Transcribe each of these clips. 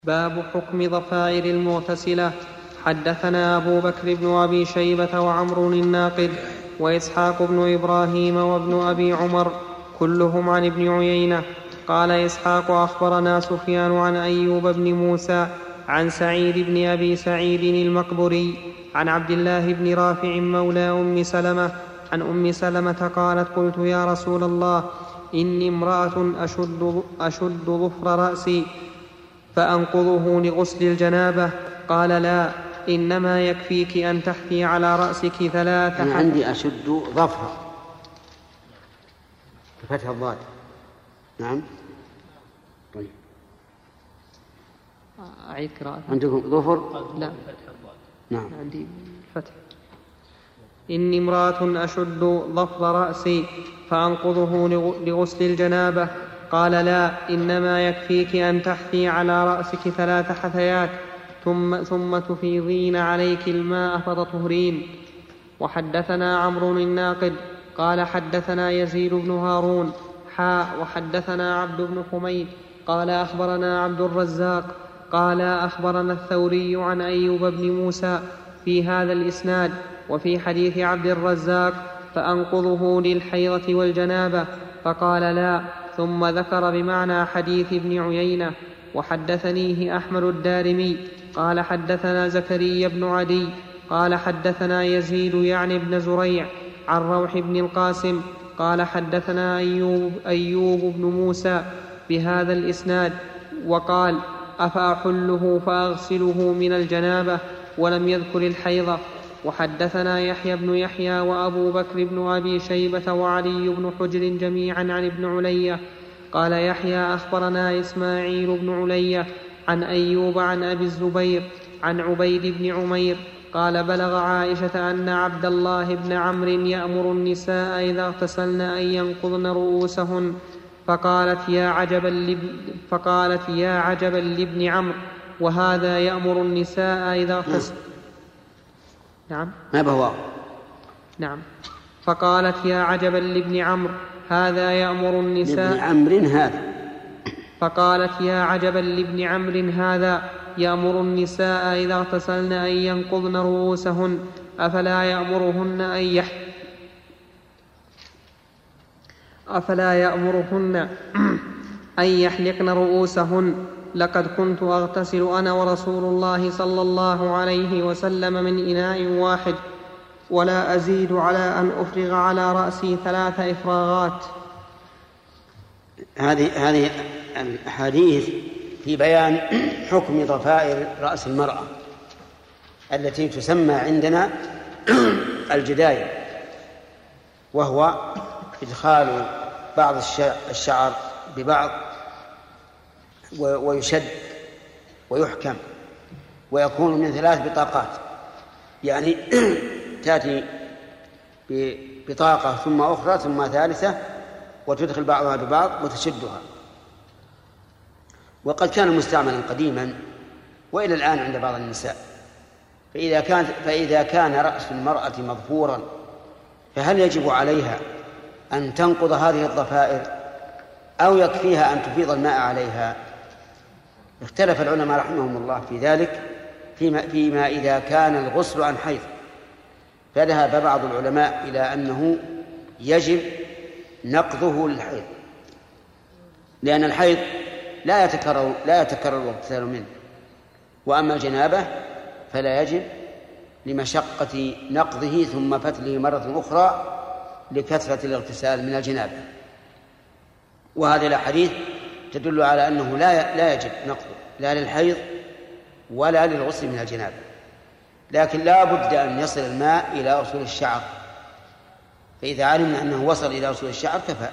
باب حكم ضفائر المغتسلة. حدثنا أبو بكر بن أبي شيبة وعمر الناقد وإسحاق بن إبراهيم وابن أبي عمر كلهم عن ابن عيينة. قال إسحاق أخبرنا سفيان عن أيوب بن موسى عن سعيد بن أبي سعيد المقبري عن عبد الله بن رافع مولى أم سلمة عن أم سلمة قالت: قلت يا رسول الله، إني امرأة أشد ظفر رأسي فأنقضه لغسل الجنابة. قال: لا، إنما يكفيك أن تحثي على رأسك 3 أنا عندي أشد ظفر بفتح الضاد. نعم. طيب، أعيد قراءة. عندكم ظفر؟ لا، نعم، عندي فتح. إني امرأة أشد ظفر رأسي فأنقضه لغسل الجنابة. قال: لا، إنما يكفيك أن تحثي على رأسك 3 حثيات ثم تفيضين عليك الماء فتطهرين. وحدثنا عمرو الناقد قال: حدثنا يزيد بن هارون وحدثنا عبد بن حميد قال: أخبرنا عبد الرزاق قال: أخبرنا الثوري عن أيوب بن موسى في هذا الإسناد. وفي حديث عبد الرزاق: فأنقضه للحيضة والجنابة، فقال: لا، ثم ذكر بمعنى حديث ابن عيينة. وحدثنيه أحمد الدارمي قال: حدثنا زكريا بن عدي قال: حدثنا يزيد يعني بن زريع عن روح بن القاسم قال: حدثنا أيوب بن موسى بهذا الإسناد، وقال: أفأحله فأغسله من الجنابة، ولم يذكر الحيضة. وحدثنا يحيى بن يحيى وأبو بكر بن أبي شيبة وعلي بن حجر جميعا عن ابن علية. قال يحيى: أخبرنا إسماعيل بن علية عن أيوب عن أبي الزبير عن عبيد بن عمير قال: بلغ عائشة أن عبد الله بن عمرو يأمر النساء إذا اغتسلن أن ينقضن رؤوسهن، فقالت: يا عجبا لابن عمرو، وهذا يأمر النساء إذا اغتسلن. نعم، ما بهو. نعم. فقالت: يا عجبا لابن عمرو، هذا يأمر النساء. لابن عمرو هذا. فقالت: يا عجبا لابن عمرو، هذا يأمر النساء إذا اغتسلن أن ينقضن رؤوسهن، أفلا يأمرهن أن يحلقن رؤوسهن؟ لقد كنت أغتسل أنا ورسول الله صلى الله عليه وسلم من إناء واحد، ولا أزيد على أن أفرغ على رأسي 3 إفراغات. هذه الأحاديث في بيان حكم ضفائر رأس المرأة التي تسمى عندنا الجداية، وهو إدخال بعض الشعر ببعض ويشد ويحكم، ويكون من 3 بطاقات، يعني تأتي ببطاقة ثم أخرى ثم ثالثة، وتدخل بعضها ببعض وتشدها. وقد كان مستعملا قديما وإلى الآن عند بعض النساء. فإذا كان رأس المرأة مظفورا، فهل يجب عليها أن تنقض هذه الضفائر أو يكفيها أن تفيض الماء عليها؟ اختلف العلماء رحمهم الله في ذلك فيما إذا كان الغسل عن حيض. فذهب بعض العلماء إلى أنه يجب نقضه للحيض، لأن الحيض لا يتكرر الاغتسال منه، وأما الجنابة فلا يجب لمشقة نقضه ثم فتله مرة أخرى لكثرة الاغتسال من الجنابة. وهذه الأحاديث تدل على أنه لا يجب نقضه لا للحيض ولا للغسل من الجنابة، لكن لا بد أن يصل الماء إلى أصول الشعر، فإذا علمنا أنه وصل إلى أصول الشعر كفى.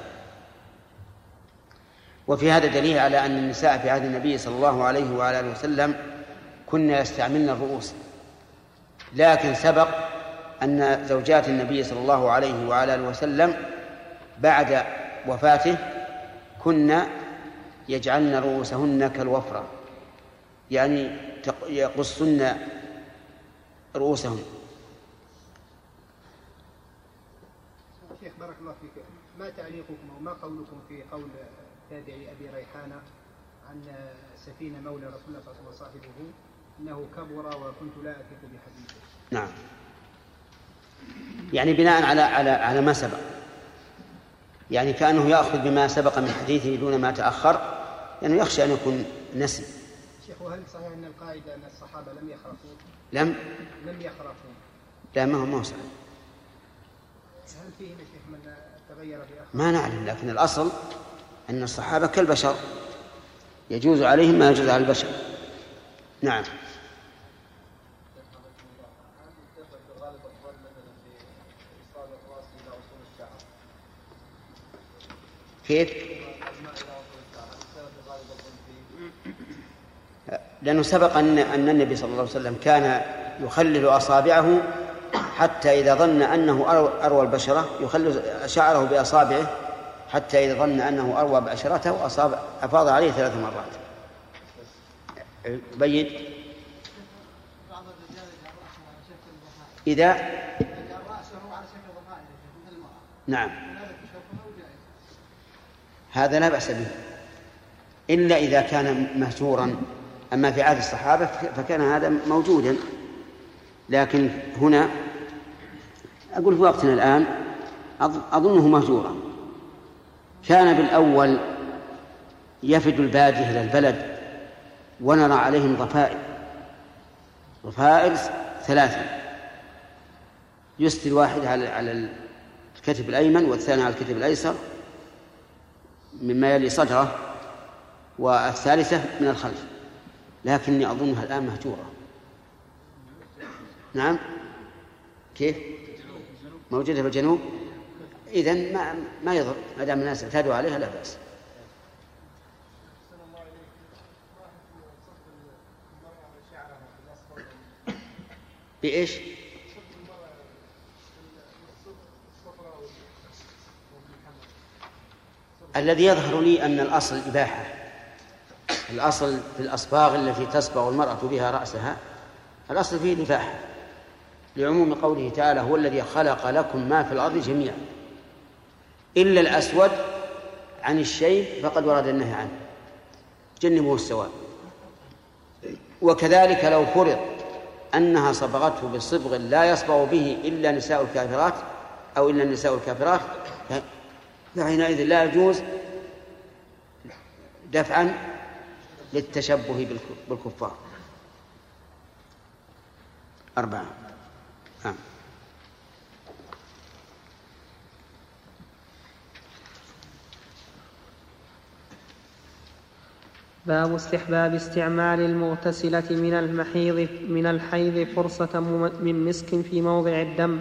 وفي هذا دليل على أن النساء في عهد النبي صلى الله عليه وعلى آله وسلم كن يستعملن الرؤوس، لكن سبق أن زوجات النبي صلى الله عليه وعلى آله وسلم بعد وفاته كن يجعلن رؤوسهن كالوفرة، يعني يقصن رؤوسهن. شيخ بارك الله فيك، ما تعليقكم وما قولكم في قول تابعي أبي ريحانة عن سفينة مولى رسول الله صلى الله عليه وسلم وصاحبه إنه كبر وكنت لا أثق بحديثه. نعم، يعني بناء على ما سبق، يعني كأنه يأخذ بما سبق من حديثه دون ما تأخر، يعني يخشى أن يكون نسي. شيخ، وهل صحيح أن القاعدة أن الصحابة لم يخرفوا؟ لم يخرفوا. لا، ما هو صحيح. هل فيه شيخ من تغير في آخر؟ ما نعلم، لكن الأصل أن الصحابة كالبشر يجوز عليهم ما يجوز على البشر. نعم. كيف؟ لأنه سبق أن النبي صلى الله عليه وسلم كان يخلل أصابعه حتى إذا ظن أنه أروى البشرة، يخلل شعره بأصابعه حتى إذا ظن أنه أروى بشرته أفاض عليه 3 مرات. بين إذا نعم هذا لا بأس به إلا إذا كان مهجورا. أما في عهد الصحابة فكان هذا موجودا، لكن هنا أقول في وقتنا الآن أظنه مهجورا. كان بالأول يفد البادية إلى البلد ونرى عليهم ضفائر 3، يسدي الواحد على الكتف الأيمن والثاني على الكتف الأيسر مما يلي صدره، والثالثة من الخلف، لكني أظنها الآن مهجورة. نعم. كيف؟ موجودة في الجنوب. إذن ما يضر، ما دام الناس اعتادوا عليها لا بأس. بإيش؟ الذي يظهر لي أن الأصل الإباحة. الأصل في الأصباغ التي تصبغ المرأة بها رأسها الأصل فيه الإباحة، لعموم قوله تعالى: هو الذي خلق لكم ما في الأرض جميعا إلا الأسود عن الشيب فقد ورد النهي عنه، جنبوه السواد. وكذلك لو فرض أنها صبغته بصبغ لا يصبغ به إلا نساء الكافرات أو إلا النساء الكافرات، فحينئذ لا يجوز دفعا للتشبه بالكفار. 4. نعم. باب استحباب استعمال المغتسلة من الحيض فرصة من مسك في موضع الدم.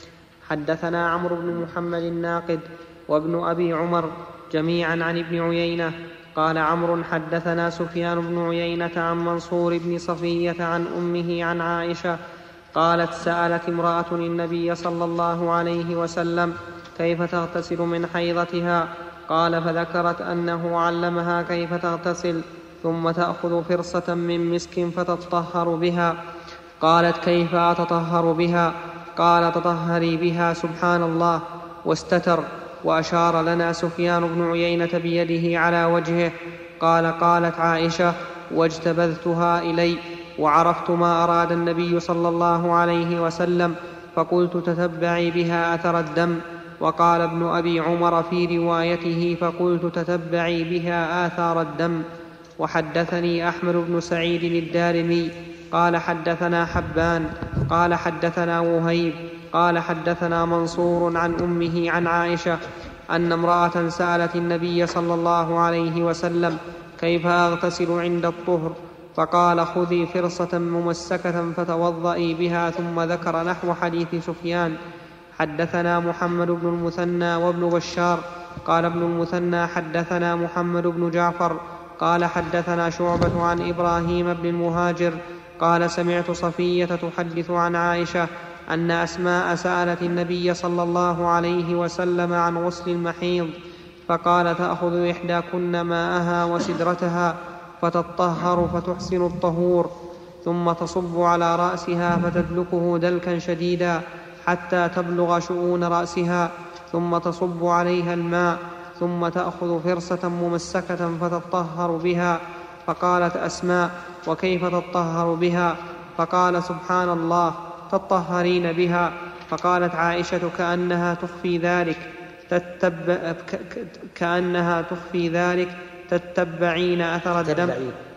حدثنا عمرو بن محمد الناقد وابن أبي عمر جميعا عن ابن عيينة قال عمرو: حدثنا سفيان بن عيينة عن منصور بن صفية عن أمه عن عائشة قالت: سألت امرأة النبي صلى الله عليه وسلم كيف تغتسل من حيضتها، قال: فذكرت أنه علمها كيف تغتسل، ثم تأخذ فرصة من مسك فتطهر بها. قالت: كيف أتطهر بها؟ قال: تطهري بها. سبحان الله. واستتر، وأشار لنا سفيان بن عيينة بيده على وجهه. قالت عائشة: واجتبذتها إلي وعرفت ما أراد النبي صلى الله عليه وسلم، فقلت: تتبعي بها أثر الدم. وقال ابن أبي عمر في روايته: فقلت: تتبعي بها آثار الدم. وحدثني أحمد بن سعيد الدارمي قال: حدثنا حبان قال: حدثنا وهيب قال: حدثنا منصور عن أمه عن عائشة أن امرأة سألت النبي صلى الله عليه وسلم: كيف أغتسل عند الطهر؟ فقال: خذي فرصة ممسكة فتوضئي بها. ثم ذكر نحو حديث سفيان. حدثنا محمد بن المثنى وابن بشار قال ابن المثنى: حدثنا محمد بن جعفر قال: حدثنا شعبة عن إبراهيم بن المهاجر قال: سمعت صفية تحدث عن عائشة أن أسماء سألت النبي صلى الله عليه وسلم عن غسل المحيض، فقال: تأخذ إحداكن ماءها وسدرتها فتطهر فتحسن الطهور، ثم تصب على رأسها فتدلكه دلكا شديدا حتى تبلغ شؤون رأسها، ثم تصب عليها الماء، ثم تأخذ فرصة ممسكة فتطهر بها. فقالت أسماء: وكيف تطهر بها؟ فقال: سبحان الله، تطهرين بها. فقالت عائشة: كأنها تخفي ذلك تتبعين أثر الدم.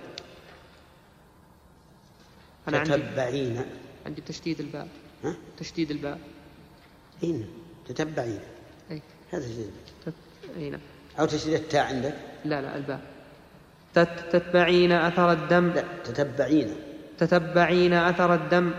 تتبعين عندي تشديد الباء. تشديد الباء. تتبعين. هذا تشديد. أو تشديد التاء عندك؟ لا الباء. تتبعين أثر الدم. لا، تتبعين أثر الدم.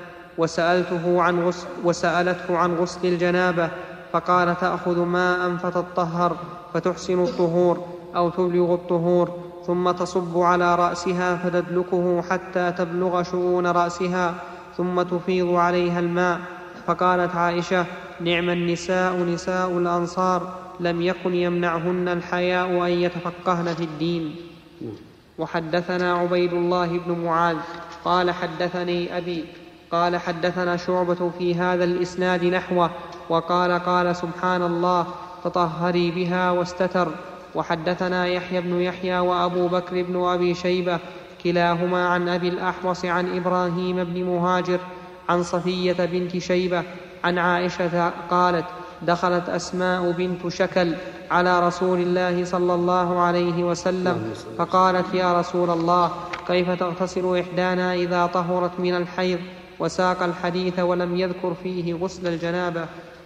وسألته عن غسل الجنابة، فقال: تأخذ ماء فتطهر فتحسن الطهور أو تبلغ الطهور، ثم تصب على رأسها فتدلكه حتى تبلغ شؤون رأسها، ثم تفيض عليها الماء. فقالت عائشة: نعم النساء نساء الأنصار، لم يكن يمنعهن الحياء أن يتفقهن في الدين. وحدثنا عبيد الله بن معاذ قال: حدثني أبي قال: حدثنا شعبة في هذا الإسناد نحوه، وقال: قال سبحان الله، تطهري بها واستتر. وحدثنا يحيى بن يحيى وأبو بكر بن أبي شيبة كلاهما عن أبي الأحوص عن إبراهيم بن مهاجر عن صفية بنت شيبة عن عائشة قالت: دخلت أسماء بنت شكل على رسول الله صلى الله عليه وسلم فقالت: يا رسول الله، كيف تغتسل إحدانا إذا طهرت من الحيض؟ وساق الحديث ولم يذكر فيه غسل الجنابة.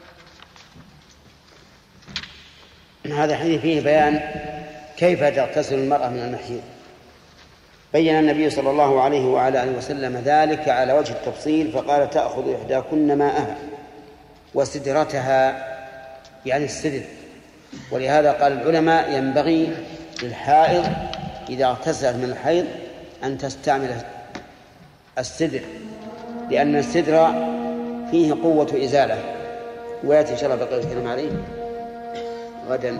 هذا الحديث فيه بيان كيف تغتسل المرأة من المحيض. بين النبي صلى الله عليه وعلى آله وسلم ذلك على وجه التفصيل، فقال: تأخذ إحداكن ماءها وسدرتها، يعني السدر. ولهذا قال العلماء: ينبغي للحائض إذا اغتسلت من الحيض أن تستعمل السدر، لأن السدر فيه قوة إزالة. ويأتي إن شاء الله بقية الكلام عليه غدا.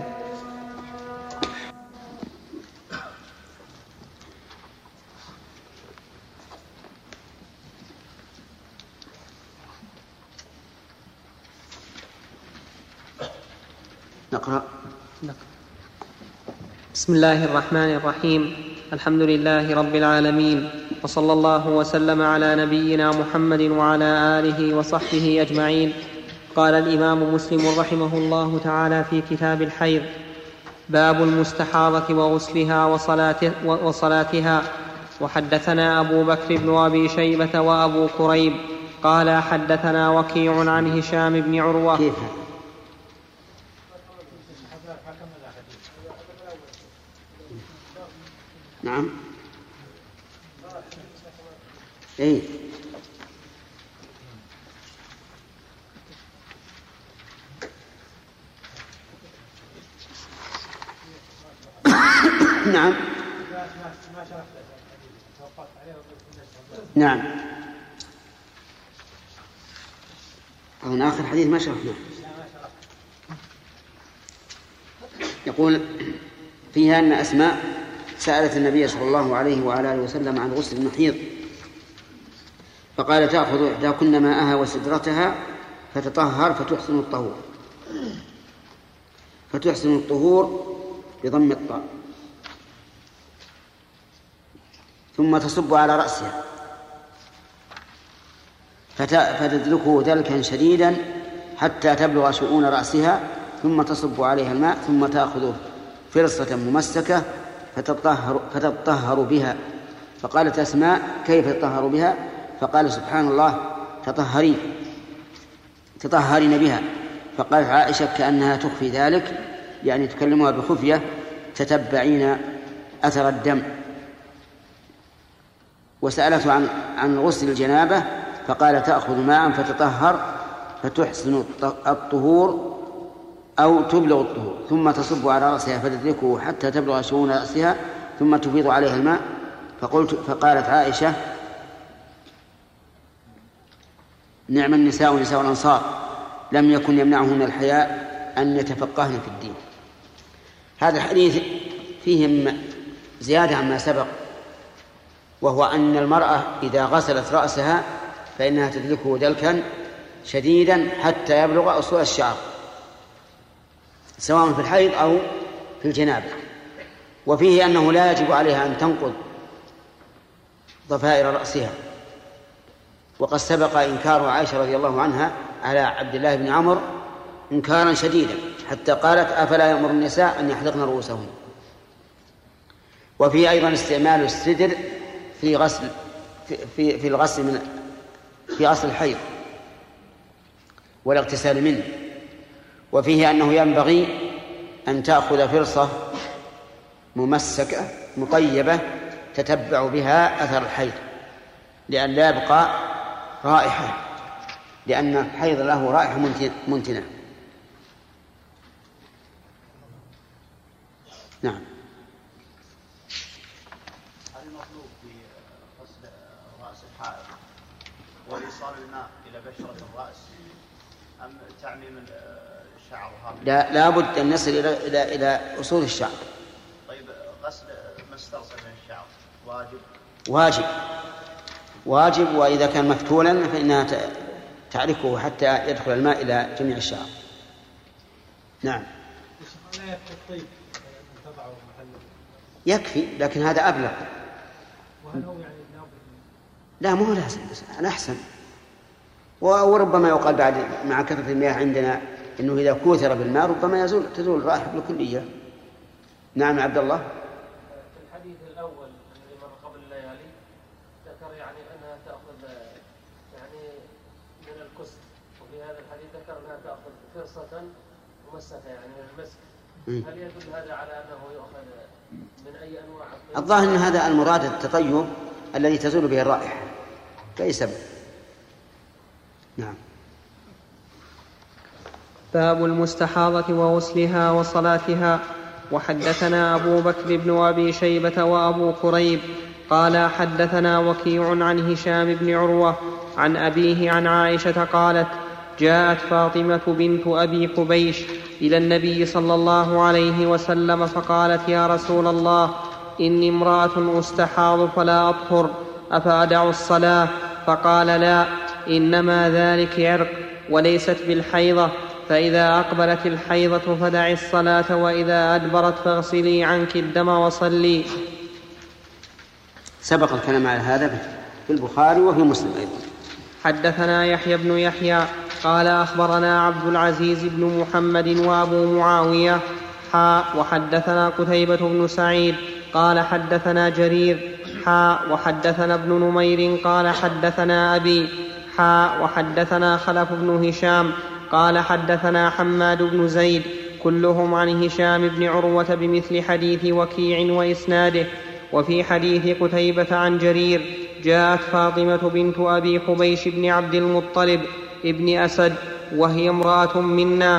نقرأ. بسم الله الرحمن الرحيم. الحمد لله رب العالمين، وصلى الله وسلم على نبينا محمد وعلى آله وصحبه أجمعين. قال الإمام مسلم رحمه الله تعالى في كتاب الحيض: باب المستحاضة وغسلها وصلاتها. وحدثنا أبو بكر بن أبي شيبة وأبو كريب قال: حدثنا وكيع عن هشام بن عروة. نعم. إيه. نعم. نعم. هنا آخر حديث ما شرحنا. يقول فيها أن أسماء سألت النبي صلى الله عليه وعلى آله وسلم عن غسل المحيض، فقال: تأخذ إحداكن ماءها وسدرتها فتطهر فتحسن الطهور بضم الطاء، ثم تصب على رأسها فتدلكه دلكا شديدا حتى تبلغ شؤون رأسها، ثم تصب عليها الماء، ثم تأخذ فرصة ممسكة فتطهر بها. فقالت أسماء: كيف تطهر بها؟ فقال: سبحان الله، تطهرين بها. فقالت عائشة: كأنها تخفي ذلك، يعني تكلمها بخفية، تتبعين أثر الدم. وسألته عن غسل الجنابة، فقال: تأخذ ماء فتطهر فتحسن الطهور أو تبلغ الطهور، ثم تصب على رأسها فتدركه حتى تبلغ شؤون رأسها، ثم تفيض عليها الماء. فقالت عائشة: نعم النساء نساء الأنصار، لم يكن يمنعهن الحياء أن يتفقهن في الدين. هذا الحديث فيه زيادة عما سبق، وهو أن المرأة إذا غسلت رأسها فإنها تدلكه دلكا شديدا حتى يبلغ أصول الشعر، سواء في الحيض في الجنابة. وفيه أنه لا يجب عليها أن تنقض ضفائر رأسها، وقد سبق إنكار عائشة رضي الله عنها على عبد الله بن عمرو إنكارا شديدا حتى قالت أفلا يأمر النساء أن يحلقن رؤوسهن. وفيه أيضا استعمال السدر في غسل في الغسل في غسل الحيض والاغتسال منه. وفيه أنه ينبغي أن تأخذ فرصة ممسكة مطيبة تتبع بها أثر الحيض لأن لا يبقى رائحة، لأن الحيض له رائحة منتنة. نعم. هل المطلوب في غسل رأس الحائض وإيصال الماء إلى بشرة الرأس أم تعميم الشعر؟ لا بد أن نصل إلى أصول الشعر. طيب غسل ما استرسل من الشعر واجب، وإذا كان مفتولا فإنها تعرفه حتى يدخل الماء إلى جميع الشعر. نعم. يكفي، لكن هذا أبلغ. لا مو لازم، أنا أحسن. وربما يقال بعد مع كثرة المياه عندنا إنه إذا كوثر بالماء ربما تزول الرائحة بالكلية. نعم عبد الله. في الحديث الأول الذي مر قبل الليالي ذكر يعني أنها تأخذ يعني من الكسر، وفي هذا الحديث ذكر أنها تأخذ فرصة ممسكة يعني من المسك. هل يدل هذا على أنه يؤخذ من أي أنواع الطيب؟ الظاهر أن هذا المراد التطيب الذي تزول به الرائحة بأي سبب. نعم. باب المستحاضة وغسلها وصلاتها. وحدثنا أبو بكر بن أبي شيبة وأبو كريب قال حدثنا وكيع عن هشام بن عروة عن أبيه عن عائشة قالت جاءت فاطمة بنت أبي حبيش إلى النبي صلى الله عليه وسلم فقالت يا رسول الله إني امرأة أستحاض فلا أطهر أفأدع الصلاة؟ فقال لا، إنما ذلك عرق وليست بالحيضة، فإذا أقبلت الحيضة فدعي الصلاة، وإذا أدبرت فاغسلي عنك الدم وصلي. سبق الكلام على هذا في البخاري وفي مسلم أيضا. حدثنا يحيى بن يحيى قال أخبرنا عبد العزيز بن محمد وأبو معاوية وحدثنا قتيبة بن سعيد قال حدثنا جرير وحدثنا ابن نمير قال حدثنا أبي وحدثنا خلف بن هشام قال حدثنا حماد بن زيد كلهم عن هشام بن عروة بمثل حديث وكيع وإسناده. وفي حديث قتيبة عن جرير جاءت فاطمة بنت أبي حبيش بن عبد المطلب ابن أسد وهي امرأة منا.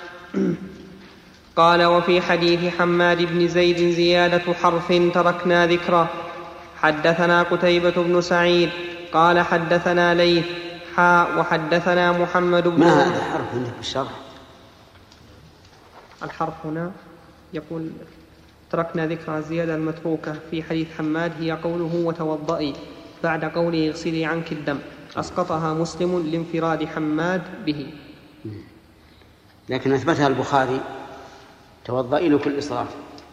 قال وفي حديث حماد بن زيد زيادة حرف تركنا ذكره. حدثنا قتيبة بن سعيد قال حدثنا ليث وحدثنا محمد بن ما هذا حرف عندك بالشرح؟ الحرف هنا يقول تركنا ذكر الزيادة المتروكة في حديث حماد هي قوله وتوضئي بعد قوله اغسلي عنك الدم، أسقطها مسلم لانفراد حماد به، لكن أثبتها البخاري توضئي لكل صلاة.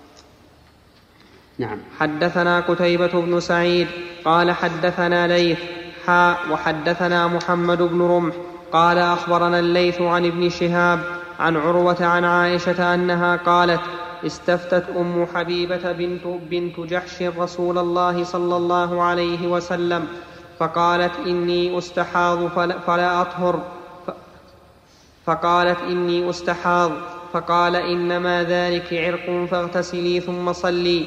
نعم. حدثنا قتيبة بن سعيد قال حدثنا ليث وحدثنا محمد بن رمح قال أخبرنا الليث عن ابن شهاب عن عروة عن عائشة أنها قالت استفتت أم حبيبة بنت جحش رسول الله صلى الله عليه وسلم فقالت إني أستحاض فلا أطهر، فقالت إني أستحاض، فقال إنما ذلك عرق فاغتسلي ثم صلي،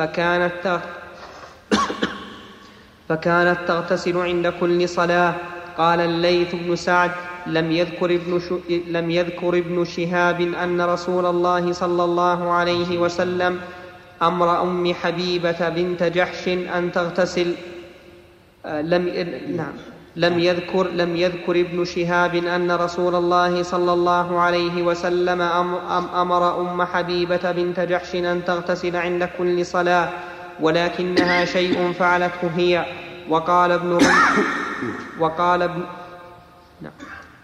فكانت تغتسل عند كل صلاة. قال الليث بن سعد لم يذكر ابن شهاب أن رسول الله صلى الله عليه وسلم أمر أم حبيبة بنت جحش أن تغتسل. لم يذكر ابن شهاب أن رسول الله صلى الله عليه وسلم أمر أم حبيبة بنت جحش أن تغتسل عند كل صلاة، ولكنها شيء فعلته هي.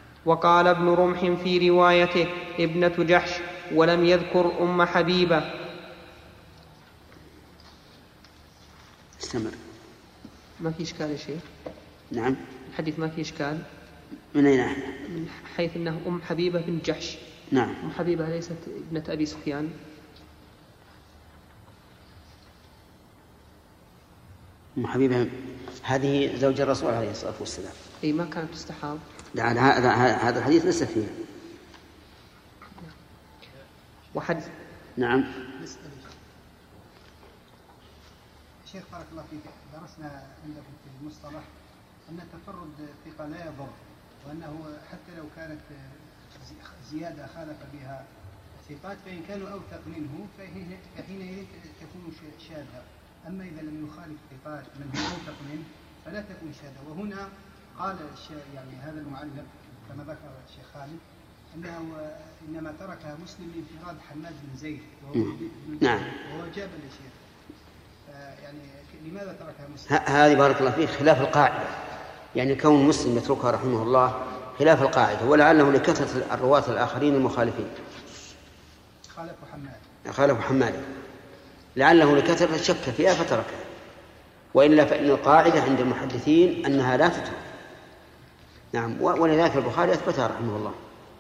وقال ابن رمح في روايته ابنة جحش ولم يذكر أم حبيبة. استمر. ما في إشكال يا شيخ؟ نعم. الحديث ما في إشكال. من أين ناحية؟ من حيث أنه أم حبيبة بن جحش. نعم. أم حبيبة ليست ابنة أبي سفيان؟ أم حبيبة هذه زوج الرسول عليه الصلاة والسلام. أي ما كانت تستحاض. هذا الحديث ليس فيه. نعم. شيخ بارك الله فيك، درسنا عندكم في المصطلح أن تفرد الثقة لا يضر، وأنه حتى لو كانت زيادة خالف بها الثقات فإن كانوا أوثق منه فحينئذ تكون شاذة. أما إذا لم يخالف الثقات من هو أوثق منه فلا تكون شاذة. وهنا قال يعني هذا المعلق كما ذكر الشيخ خالد أنه إنما تركها مسلم لانفراد حماد بن زيد نعم. وهو جاب الشيخ، يعني لماذا تركها مسلم؟ هذه بارك الله فيك خلاف القاعدة، يعني كون مسلم يتركها رحمه الله خلاف القاعدة، ولعله لكثرة الرواة الآخرين المخالفين. خالف حماد لعله لكثرة الشك فيها فتركها، وإلا فإن القاعدة عند المحدثين أنها لا تترك. نعم. ولذلك البخاري أثبتها رحمه الله.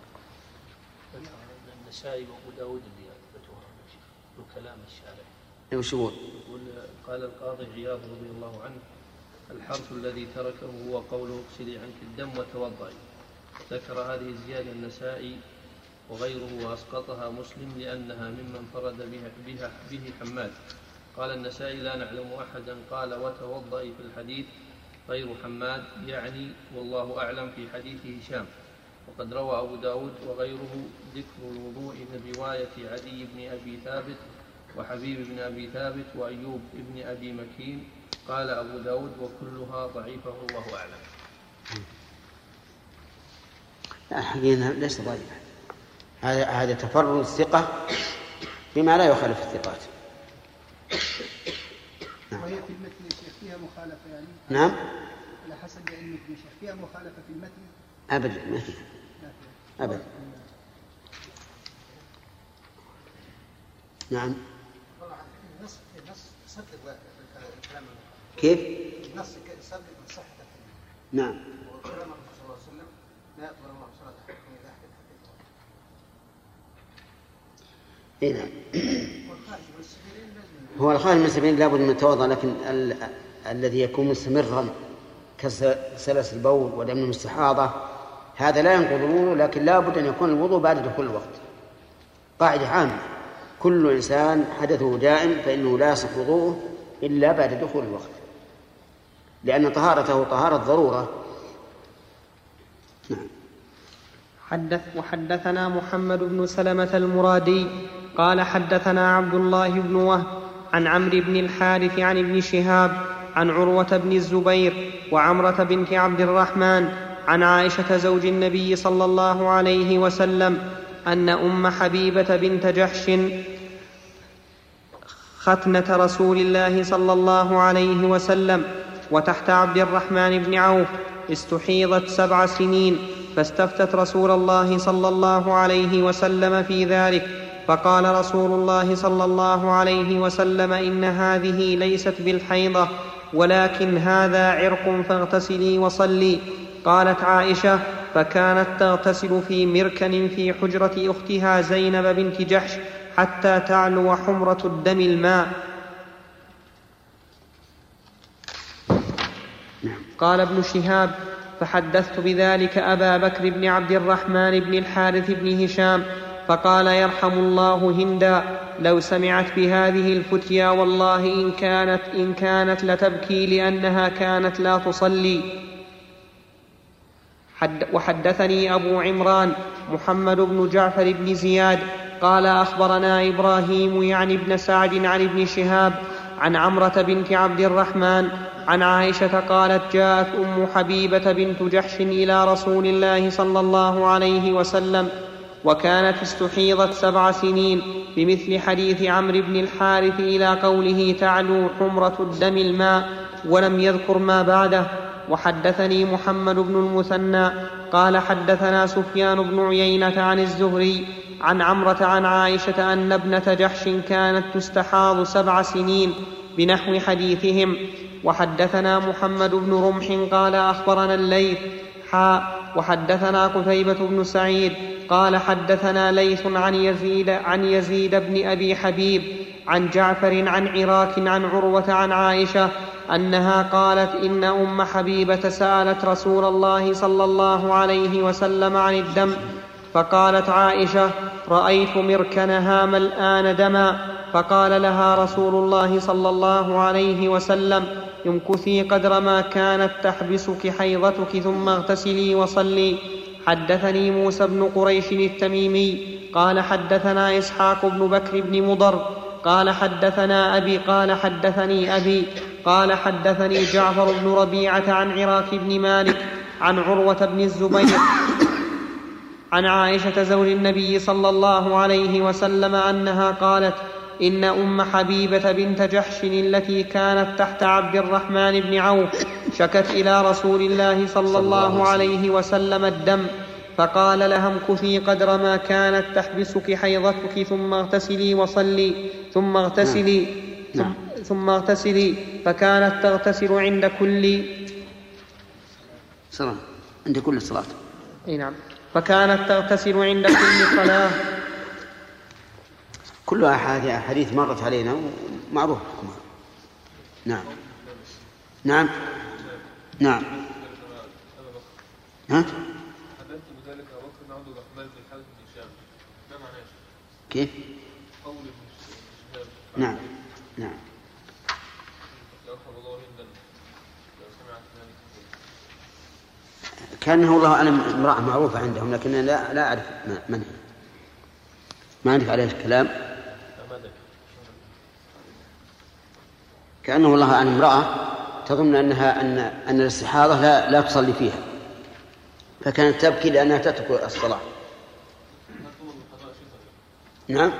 النسائي وأبو داود اللي أثبتوها وكلام الشارع. وش يقول؟ قال القاضي عياض رضي الله عنه: الحرف الذي تركه هو قوله اغسلي عنك الدم وتوضئي. ذكر هذه الزيادة النسائي وغيره وأسقطها مسلم لأنها ممن فرد به حماد. قال النسائي: لا نعلم أحدا قال وتوضئي في الحديث غير حماد، يعني والله أعلم في حديث هشام. وقد روى أبو داود وغيره ذكر الوضوء من رواية عدي بن أبي ثابت وحبيب بن أبي ثابت وأيوب بن أبي مكين. قال أبو داود: وكلها ضعيفة والله أعلم. لا حقيقة ليس ضعيفة، هذا تفرد الثقة بما لا يخالف الثقات. وهي في المتن الشيخ فيها مخالفة يعني؟ نعم. على حسب علمك يا شيخ فيها مخالفة في المتن؟ أبدا ما فيها أبدا. نعم. النص صدق الكلام. كيف؟ النص صدق من صحة الحديث. نعم. وكلام الرسول صلى الله عليه وسلم لا يقبل الله صلاة أحدكم إذا أحدث حديثا. إيه نعم. هو الخارج من السبيل لابد من التوضأ، لكن الذي يكون مستمرا كسلس البول ودم المستحاضة هذا لا ينقض الوضوء، لكن لابد أن يكون الوضوء بعد دخول الوقت. قاعدة عامة: كل إنسان حدثه دائم فإنه لا يصح وضوءه إلا بعد دخول الوقت، لأن طهارته طهارة ضرورة. نعم. وحدثنا محمد بن سلمة المرادي قال حدثنا عبد الله بن وهب عن عمرو بن الحارث عن ابن شهاب عن عروة بن الزبير وعمرة بنت عبد الرحمن عن عائشة زوج النبي صلى الله عليه وسلم أن أم حبيبة بنت جحش ختنة رسول الله صلى الله عليه وسلم وتحت عبد الرحمن بن عوف استحيضت 7 سنين، فاستفتت رسول الله صلى الله عليه وسلم في ذلك، فقال رسول الله صلى الله عليه وسلم: إن هذه ليست بالحيضة ولكن هذا عرق فاغتسلي وصلي. قالت عائشة: فكانت تغتسل في مركن في حجرة أختها زينب بنت جحش حتى تعلو حمرة الدم الماء. قال ابن شهاب: فحدثت بذلك أبا بكر بن عبد الرحمن بن الحارث بن هشام فقال: يرحم الله هندا، لو سمعت بهذه الفتيا والله إن كانت لتبكي لأنها كانت لا تصلي. وحدثني أبو عمران محمد بن جعفر بن زياد قال أخبرنا إبراهيم يعني ابن سعد عن ابن شهاب عن عمرة بنت عبد الرحمن عن عائشة قالت: جاءت أم حبيبة بنت جحش إلى رسول الله صلى الله عليه وسلم وكانت استحيضت 7 سنين بمثل حديث عمرو بن الحارث إلى قوله تعلو حمرة الدم الماء، ولم يذكر ما بعده. وحدثني محمد بن المثنى قال حدثنا سفيان بن عيينة عن الزهري عن عمرة عن عائشة أن ابنة جحش كانت تستحاض 7 سنين بنحو حديثهم. وحدثنا محمد بن رمح قال أخبرنا الليث وحدثنا قتيبة بن سعيد قال حدثنا ليث عن يزيد بن أبي حبيب عن جعفر عن عراك عن عروة عن عائشة أنها قالت إن أم حبيبة سألت رسول الله صلى الله عليه وسلم عن الدم، فقالت عائشة: رأيت مركنها ملآن دما، فقال لها رسول الله صلى الله عليه وسلم: امكثي قدر ما كانت تحبسك حيضتك ثم اغتسلي وصلي. حدثني موسى بن قريش التميمي قال حدثنا إسحاق بن بكر بن مضر قال حدثنا أبي قال حدثني أبي قال حدثني جعفر بن ربيعة عن عراك بن مالك عن عروة بن الزبير عن عائشة زوج النبي صلى الله عليه وسلم أنها قالت: إن أم حبيبة بنت جحش التي كانت تحت عبد الرحمن بن عوف شكت إلى رسول الله صلى الله عليه وسلم الدم، فقال لها: امكثي قدر ما كانت تحبسك حيضتك ثم اغتسلي وصلي ثم اغتسلي فكانت تغتسل عند كل صلاة. نعم، فكانت تغتسل عند كل صلاة. كلها حديث مرت علينا معروف. نعم نعم نعم. ها؟ كيف؟ نعم نعم. كأنه والله أعلم امرأة معروفة عندهم، لكن لا أعرف من هي، ما عندك عليه الكلام. كأنه والله أعلم امرأة تظن أن الاستحاضة لا تصلي فيها، فكانت تبكي لأنها تترك الصلاة. نعم،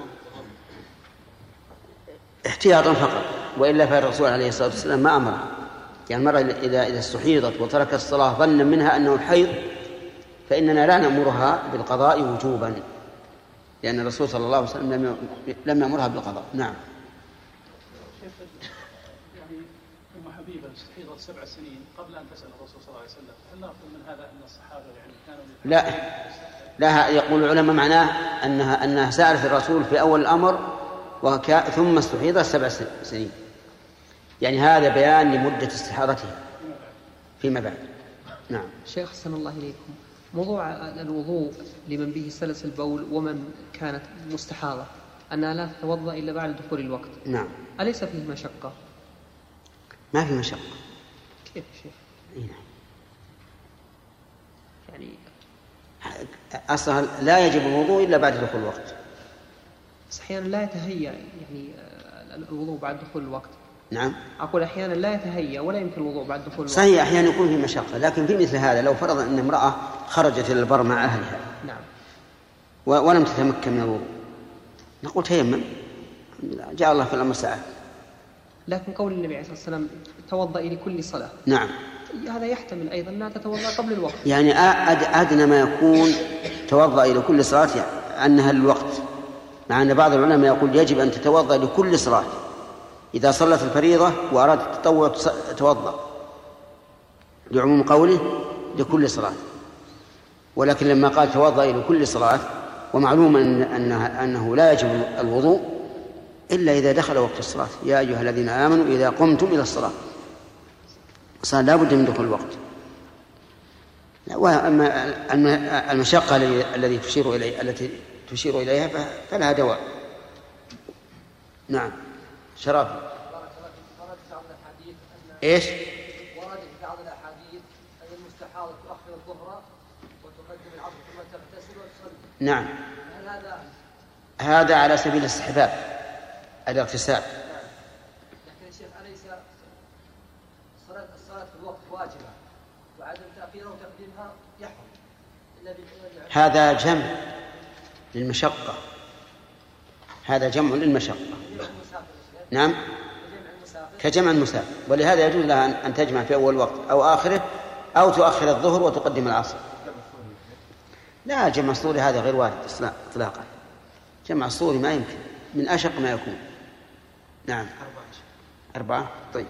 احتياطا فقط، وإلا فالرسول عليه الصلاة والسلام ما أمرها. يعني المرأة إذا استحيضت وتركت الصلاة ظنا منها أنه الحيض فإننا لا نأمرها بالقضاء وجوبا، لأن الرسول صلى الله عليه وسلم لم يأمرها بالقضاء. نعم. يعني أم حبيبة استحيضت 7 سنين قبل أن تسأل الرسول صلى الله عليه وسلم، هل نأخذ من هذا أن الصحابة يعني كانوا لا يقول العلماء معناه أنها سألت الرسول في أول الأمر ثم استحيضت 7 سنين، يعني هذا بيان لمدة استحاضتها فيما بعد. نعم. شيخ حسن الله إليكم، موضوع الوضوء لمن به سلس البول ومن كانت مستحاضة أنها لا تتوضأ إلا بعد دخول الوقت. نعم. أليس فيه مشقة؟ ما في مشقة. كيف شيخ؟ يعني أصلا لا يجب الوضوء إلا بعد دخول الوقت. أحيانا لا يتهيأ يعني الوضوء بعد دخول الوقت. نعم. أقول أحيانا لا يتهيأ ولا يمكن الوضوء بعد دخول الوقت. صحيح، أحيانا يكون في مشقة، لكن في مثل هذا لو فرض أن امرأة خرجت إلى البر مع أهلها. نعم. ولم تتمكن من الوضوء، نقول تيمم، جاء الله في الأمر ساعة. لكن قول النبي عليه الصلاة والسلام: توضئي لكل صلاة. نعم. هذا يحتمل أيضا أنها تتوضأ قبل الوقت. يعني أدنى ما يكون توضأ لكل صلاة أنها للوقت، مع أن بعض العلماء يقول يجب أن تتوضأ لكل صلاة. إذا صلت الفريضة وأرادت التطوع توضأ لعموم قوله لكل صلاة، ولكن لما قال توضأ لكل صلاة ومعلوم أنه لا يجب الوضوء إلا إذا دخل وقت الصلاة. يا أيها الذين آمنوا إذا قمتم إلى الصلاة، صار لا بد من دخول الوقت. وأما المشقة التي تشير إليها فلها دواء. نعم. شراب. إيش؟ ورد في بعض الأحاديث أن المستحاضة تؤخر الظهر وتقدم العصر ثم تغتسل وتصلي. نعم. هل هذا على سبيل الاستحباب، الاغتسال. لكن الشيخ أليس الصلاة في الوقت واجبة وعدم تأخيرها وتقديمها يحرم إلا هذا جمع للمشقة، هذا جمع للمشقة. نعم، كجمع المسافر، ولهذا يجوز لها أن تجمع في أول وقت أو آخره، أو تؤخر الظهر وتقدم العصر. لا، جمع الصوري هذا غير وارد إطلاقا. جمع الصوري ما يمكن، من أشق ما يكون. نعم. 4. طيب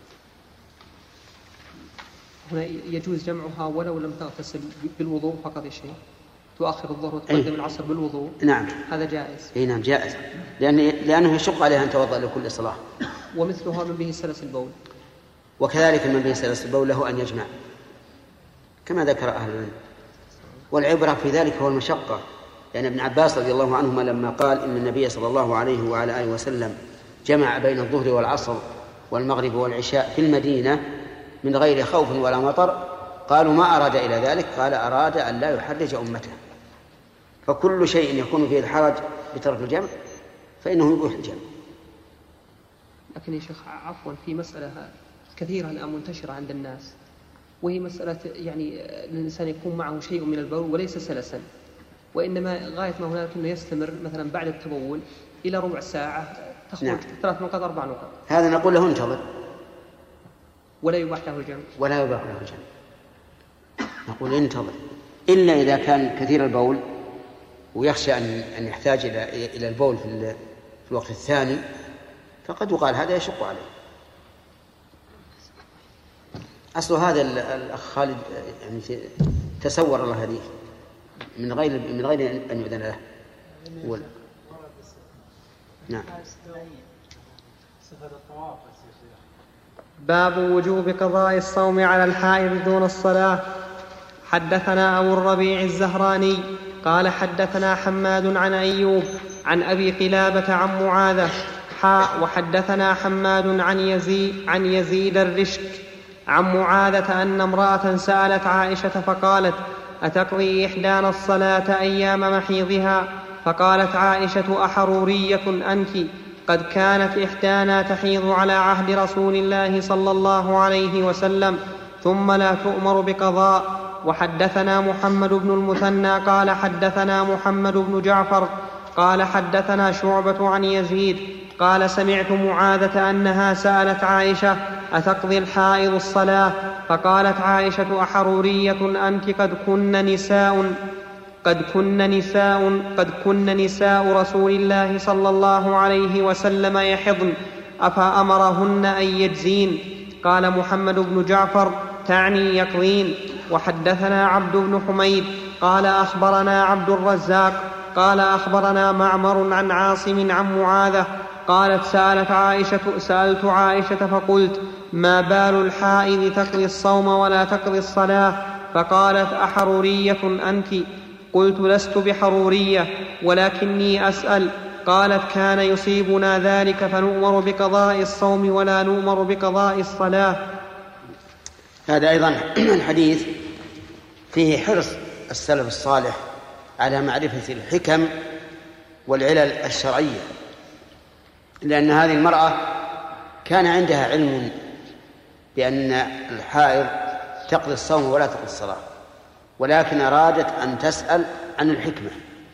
هنا يجوز جمعها ولو لم تغتسل بالوضوء فقط يا شيخ، تؤخر الظهر وتقدم العصر بالوضوء. نعم هذا جائز. نعم جائز، لأنه يشق عليها أن توضأ لكل صلاة. ومثلها من به سلس البول. وكذلك من به سلس البول له أن يجمع كما ذكر أهل العلم. والعبرة في ذلك هو المشقة، لأن ابن عباس رضي الله عنهما لما قال إن النبي صلى الله عليه وعلى آله وسلم جمع بين الظهر والعصر والمغرب والعشاء في المدينة من غير خوف ولا مطر، قالوا ما أراد إلى ذلك؟ قال أراد أن لا يحرج أمته. فكل شيء يكون فيه الحرج بترك الجمع فإنه يبوح الجمع. لكن يا شيخ عفوا، في مسألة كثيرة الآن منتشرة عند الناس، وهي مسألة يعني الإنسان يكون معه شيء من البول وليس سلسا، وإنما غاية ما هناك أنه يستمر مثلا بعد التبول إلى ربع ساعة تخرج نعم. 3 نقاط 4 نقاط، هذا نقول له انتظر ولا يباح له الجمع. ولا يباح له الجمع، نقول انتظر، إلا إذا كان كثير البول ويخشى أن يحتاج إلى البول في الوقت الثاني، فقد يقال هذا يشق عليه. أصل هذا الأخ خالد يعني تسور الله هديه من غير أن يؤذن له. نعم. باب وجوب قضاء الصوم على الحائض دون الصلاة. حدثنا أبو الربيع الزهراني قال حدثنا حماد عن أيوب عن أبي قلابة عن معاذة وحدثنا حماد عن يزيد الرشك عن معاذة أن امرأة سألت عائشة فقالت أتقضي إحدانا الصلاة أيام محيضها؟ فقالت عائشة أحرورية أنت؟ قد كانت إحدانا تحيض على عهد رسول الله صلى الله عليه وسلم ثم لا تؤمر بقضاء. وحدثنا محمد بن المثنى قال حدثنا محمد بن جعفر قال حدثنا شعبة عن يزيد قال سمعت معاذة أنها سألت عائشة أتقضي الحائض الصلاة؟ فقالت عائشة أحرورية أنت؟ قد كن نساء رسول الله صلى الله عليه وسلم يحضن أفأمرهن أن يجزين؟ قال محمد بن جعفر تعني يقضين. وحدثنا عبد بن حميد قال أخبرنا عبد الرزاق قال أخبرنا معمر عن عاصم عن معاذة قالت سألت عائشة فقلت ما بال الحائض تقضي الصوم ولا تقضي الصلاة؟ فقالت أحرورية أنت؟ قلت لست بحرورية ولكني أسأل. قالت كان يصيبنا ذلك فنؤمر بقضاء الصوم ولا نؤمر بقضاء الصلاة. هذا أيضا الحديث فيه حرص السلف الصالح على معرفة الحكم والعلل الشرعية، لأن هذه المرأة كان عندها علم بأن الحائض تقضي الصوم ولا تقضي الصلاة، ولكن أرادت أن تسأل عن الحكمة،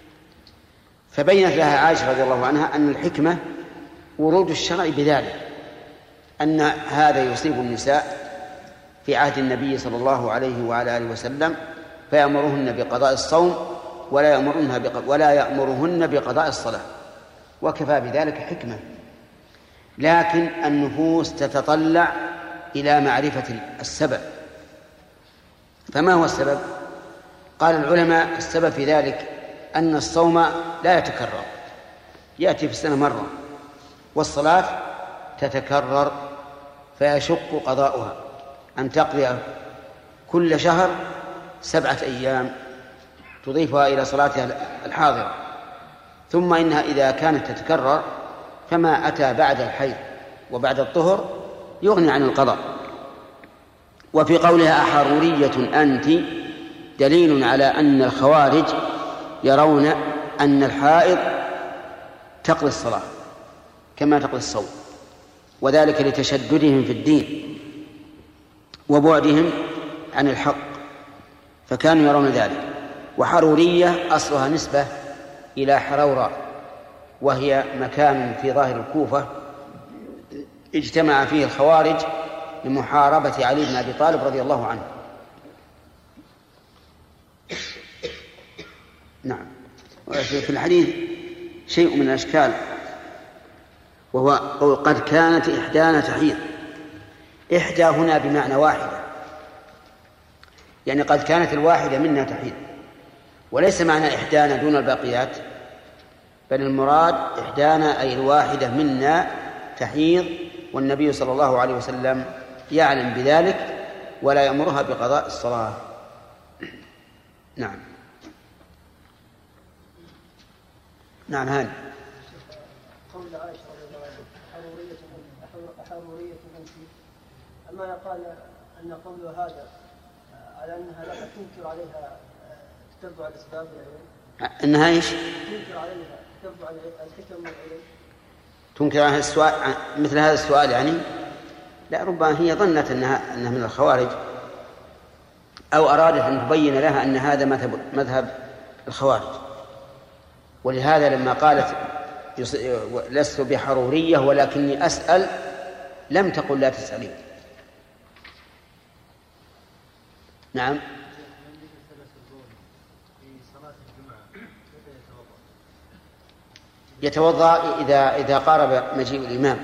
فبينت لها عائشة رضي الله عنها أن الحكمة ورود الشرع بذلك، أن هذا يصيب النساء في عهد النبي صلى الله عليه وعلى آله وسلم فيأمرهن بقضاء الصوم ولا يأمرهن بقضاء الصلاة، وكفى بذلك حكمة. لكن النفوس تتطلع إلى معرفة السبب. فما هو السبب؟ قال العلماء السبب في ذلك أن الصوم لا يتكرر، يأتي في السنة مرة، والصلاة تتكرر فيشق قضاؤها، أن تقضي كل شهر 7 أيام تضيفها إلى صلاتها الحاضرة. ثم إنها إذا كانت تتكرر فما أتى بعد الحيض وبعد الطهر يغني عن القضاء. وفي قولها أحرورية أنت دليل على أن الخوارج يرون أن الحائض تقضي الصلاة كما تقضي الصوم، وذلك لتشددهم في الدين وبعدهم عن الحق، فكانوا يرون ذلك. وحرورية أصلها نسبة إلى حرورة، وهي مكان في ظاهر الكوفة اجتمع فيه الخوارج لمحاربة علي بن أبي طالب رضي الله عنه. نعم. في الحديث شيء من الأشكال، وهو قول قد كانت إحدانا تحيض. إحدى هنا بمعنى واحدة، يعني قد كانت الواحدة منا تحيض، وليس معنى إحدانا دون الباقيات، بل المراد إحدانا أي الواحدة منا تحيض، والنبي صلى الله عليه وسلم يعلم بذلك ولا يأمرها بقضاء الصلاة. نعم. نعم. هاني قول عائشة رضي الله عنها حرورية بنتي، أما قال أن قوله هذا على أنها لا تنكر عليها تتبع الأسباب أنها إيش؟ تنكر عليها تتبع الحكم والعلم، تنكر عليها السؤال مثل هذا السؤال يعني؟ لا، ربما هي ظنت أنها من الخوارج، أو أرادت أن تبين لها أن هذا مذهب الخوارج، ولهذا لما قالت لست بحرورية ولكني أسأل لم تقل لا تسألين. نعم. يتوضأ إذا قارب مجيء الإمام،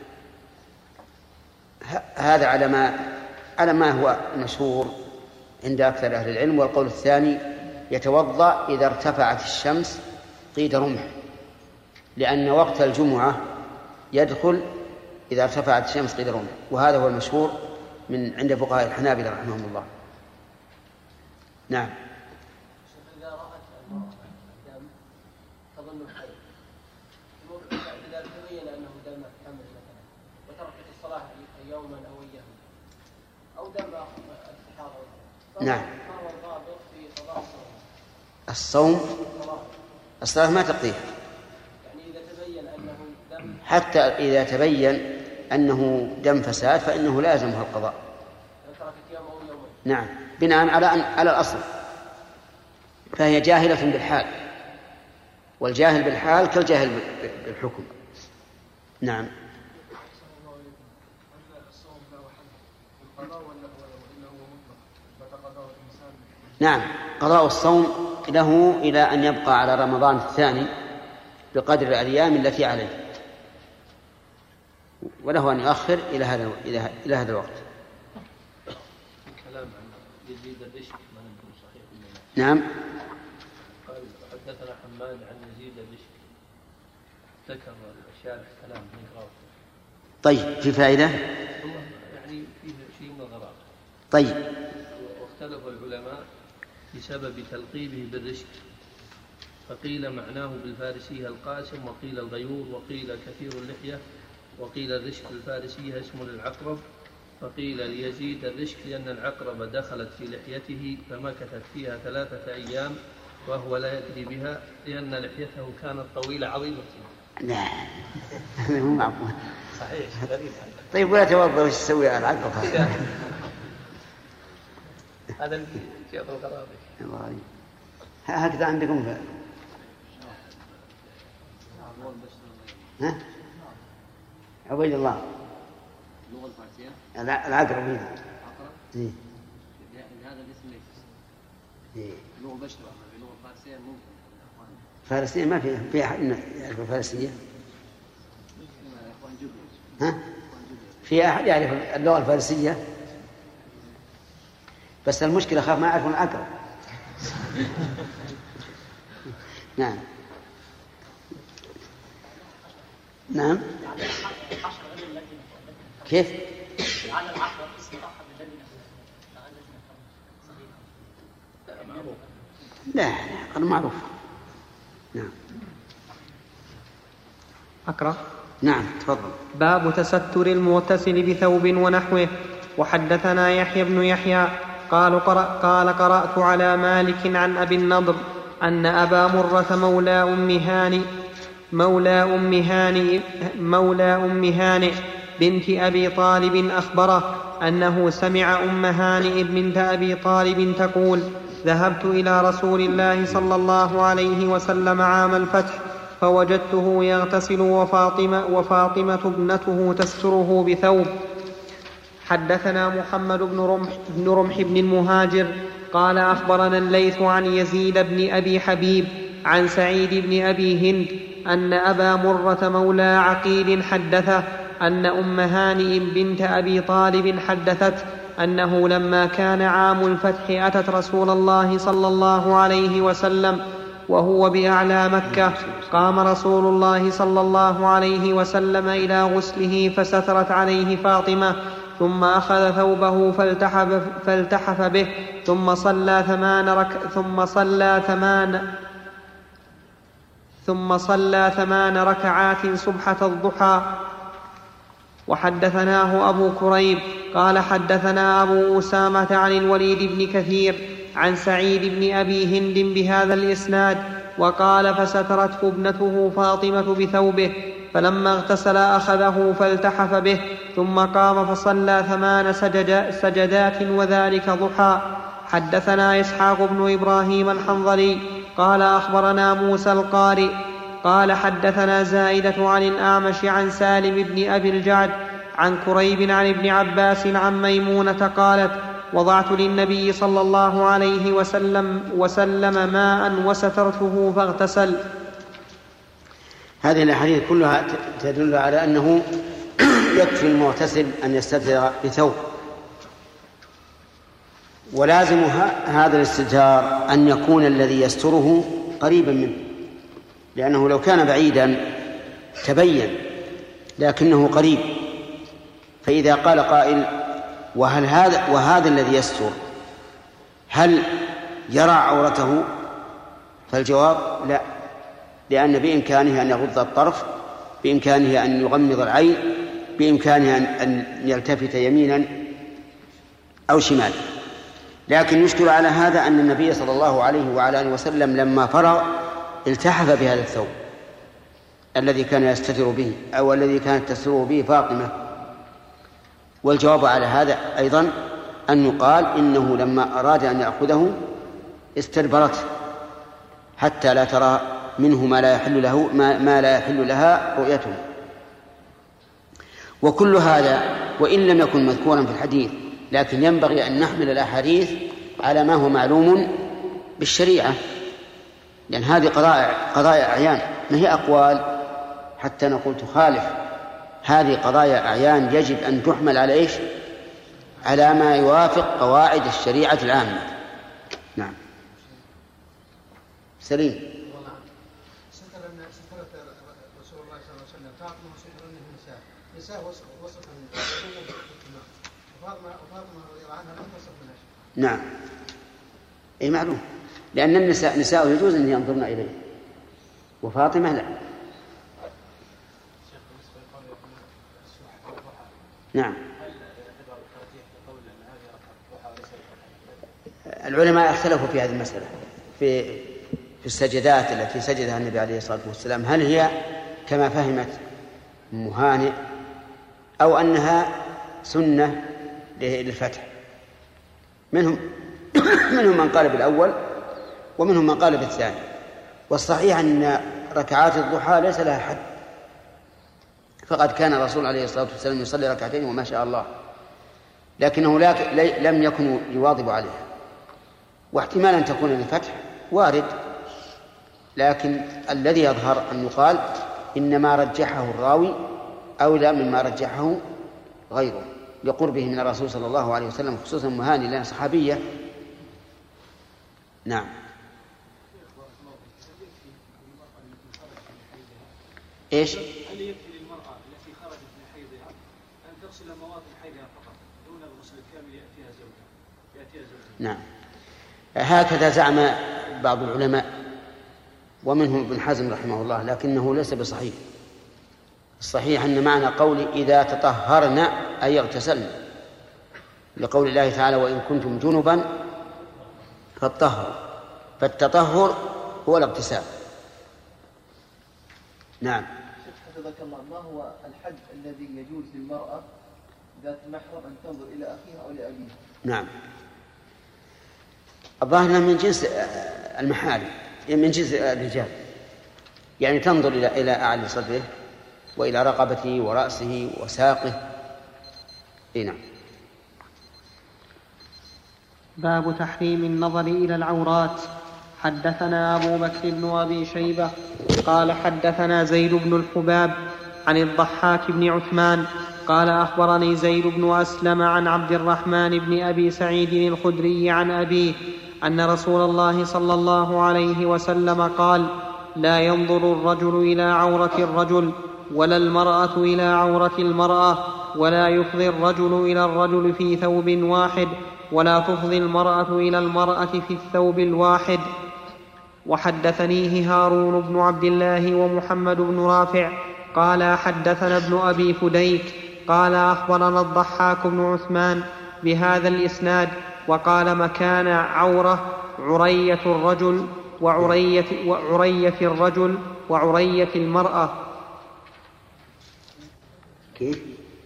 هذا على ما هو مشهور عند أكثر أهل العلم. والقول الثاني يتوضأ إذا ارتفعت الشمس قيد رمح، لأن وقت الجمعة يدخل إذا ارتفعت الشمس قيد رمح، وهذا هو المشهور من عند فقهاء الحنابلة رحمهم الله. نعم. إذا رأت المرأة دم تظن الحيض، إذا تبين أنه دم حمل مثلا وتركت الصلاة يوما أو أياما أو دم استحاضة، نعم. ما هو الضابط في قضاء الصوم؟ الصلاة ما تقضيها، يعني إذا تبين أنه دم، حتى إذا تبين أنه دم فساد فإنه لازمها القضاء. تركت يوم أو يومين. نعم، بناء على الأصل، فهي جاهلة بالحال، والجاهل بالحال كالجاهل بالحكم. نعم. نعم، قضاء الصوم له إلى أن يبقى على رمضان الثاني بقدر الأيام التي عليه، وله أن يؤخر إلى هذا الوقت. كلام عن يزيد الرشك ما نقول صحيح. نعم. قال حدثنا حماد عن يزيد الرشك، ذكر الشارح كلام نقرأه. طيب، في فائدة؟ يعني فيه شيء من الغرابة. طيب. واختلف العلماء بسبب تلقيبه بالرشك، فقيل معناه بالفارسية القاسم، وقيل الغيور، وقيل كثير اللحية، وقيل الرشك بالفارسية اسم للعقرب، فقيل ليزيد الرشك لأن العقرب دخلت في لحيته فمكثت فيها 3 أيام وهو لا يدري بها لأن لحيته كانت طويلة عظيمة. لا، هذا مو معقول. صحيح، غريب. طيب، ولا توضأ وش تسوي العقرب؟ هذا اللي يعطي الغرابة. الله، هكذا عندكم ها؟ عبيد الله اللغة الفارسية العقرب هنا. إيه. هذا الاسم ليس اللغة بشرة، اللغة الفارسية ممكن. فارسية ما في أحد يعرف الفارسية؟ ها؟ في أحد يعرف اللغة الفارسية؟ بس المشكلة خاف ما يعرفون العقرب. نعم. نعم. كيف؟ على العقرب اسم أحد لا، غير معروف. نعم. أقرأ. نعم، تفضل. باب تستر المغتسل بثوب ونحوه. وحدثنا يحيى بن يحيى قال قرأت على مالك عن أبي النضر أن أبا مرة مولى أم هانئ بنت أبي طالب أخبره أنه سمع أم هانئ بنت أبي طالب تقول: ذهبت إلى رسول الله صلى الله عليه وسلم عام الفتح فوجدته يغتسل وفاطمة ابنته تستره بثوب. حدثنا محمد بن رمح بن المهاجر قال أخبرنا الليث عن يزيد بن أبي حبيب عن سعيد بن أبي هند أن أبا مرة مولى عقيل حدثه أن أم هانئ بنت أبي طالب حدثته أنه لما كان عام الفتح أتت رسول الله صلى الله عليه وسلم وهو بأعلى مكة. قام رسول الله صلى الله عليه وسلم إلى غسله فسترت عليه فاطمة، ثم أخذ ثوبه فالتحف به، ثم صلى 8 ركعات سبحة الضحى. وحدثناه أبو كريب قال حدثنا أبو أسامة عن الوليد بن كثير عن سعيد بن أبي هند بهذا الإسناد، وقال فسترته ابنته فاطمة بثوبه، فلما اغتسل أخذه فالتحف به، ثم قام فصلى 8 سجدات وذلك ضحى. حدثنا إسحاق بن إبراهيم الحنظلي قال أخبرنا موسى القارئ قال حدثنا زائدة عن الأعمش عن سالم بن أبي الجعد عن كريب عن ابن عباس عن ميمونة قالت وضعت للنبي صلى الله عليه وسلم ماء وسترته فاغتسل. هذه الأحاديث كلها تدل على أنه يكفي المغتسل أن يستتر بثوب، ولازم هذا الاستتار أن يكون الذي يستره قريبا منه، لأنه لو كان بعيدا تبين، لكنه قريب. فإذا قال قائل وهذا الذي يستر هل يرى عورته؟ فالجواب لا، لأن بإمكانه أن يغض الطرف، بإمكانه أن يغمض العين، بإمكانه أن يلتفت يمينا أو شمالا. لكن يشكل على هذا أن النبي صلى الله عليه وعلى آله وسلم لما فرغ التحف بهذا الثوب الذي كان يستتر به أو الذي كانت تستره به فاطمة. والجواب على هذا أيضا أن يقال إنه لما أراد أن يأخذه استدبرته حتى لا ترى منه ما لا يحل لها رؤيته. وكل هذا وإن لم يكن مذكورا في الحديث، لكن ينبغي أن نحمل الأحاديث على ما هو معلوم بالشريعة، لأن هذه قضايا أعيان، ما هي أقوال حتى نقول تخالف. هذه قضايا أعيان يجب أن تحمل على إيش؟ على ما يوافق قواعد الشريعة العامة. نعم. سليم. سترت رسول الله صلى الله عليه وسلم فاطمة وستر النساء وصف وفاطمة رضي الله عنها لم تصف منها. نعم، أي معلوم، لأن النساء يجوز أن ينظرن إليه، وفاطمة لا. نعم. العلماء اختلفوا في هذه المسألة في السجدات التي سجدها النبي عليه الصلاة والسلام، هل هي كما فهمت أم هانئ أو أنها سنة للفتح. منهم من قال بالأول ومنهم من قال بالثاني. والصحيح أن ركعات الضحى ليس لها حد، فقد كان الرسول عليه الصلاة والسلام يصلي ركعتين وما شاء الله، لكنه لم يكن يواظب عليها. واحتمال أن تكون للفتح وارد، لكن الذي يظهر أن يقال إنما رجحه الراوي أولى مما رجحه غيره لقربه من الرسول صلى الله عليه وسلم، خصوصا أم هانئ لأنها صحابية. نعم. إيش؟ هل يكفي للمرأة التي خرجت من حيضها أن تغسل مواطن حيضها فقط دون الغسل الكامل يأتيها زوجها؟ نعم، هكذا زعم بعض العلماء ومنهم ابن حزم رحمه الله، لكنه ليس بصحيح. الصحيح أن معنى قول إذا تطهرن أي اغتسلن، لقول الله تعالى وإن كنتم جنبا فاطهروا، فالتطهر هو الاغتسال. نعم. حفظك الله، ما هو الحد الذي يجوز للمرأة ذات محرم أن تنظر إلى أخيها أو لأبيها؟ نعم، الظاهر من جنس المحارم، من جنس الرجال، يعني تنظر إلى أعلى صدره وإلى رقبته ورأسه وساقه. نعم. باب تحريم النظر إلى العورات. حدثنا أبو بكر بن أبي شيبة قال حدثنا زيد بن الحباب عن الضحاك بن عثمان قال أخبرني زيد بن أسلم عن عبد الرحمن بن أبي سعيد الخدري عن أبيه أن رسول الله صلى الله عليه وسلم قال: لا ينظر الرجل إلى عورة الرجل ولا المرأة إلى عورة المرأة، ولا يفضي الرجل إلى الرجل في ثوب واحد، ولا تفضي المرأة إلى المرأة في الثوب الواحد. وحدثنيه هارون بن عبد الله ومحمد بن رافع قال حدثنا ابن أبي فديك قال أخبرنا الضحاك بن عثمان بهذا الإسناد، وقال مكان عورة عرية الرجل وعرية الرجل وعرية المرأة. كيف؟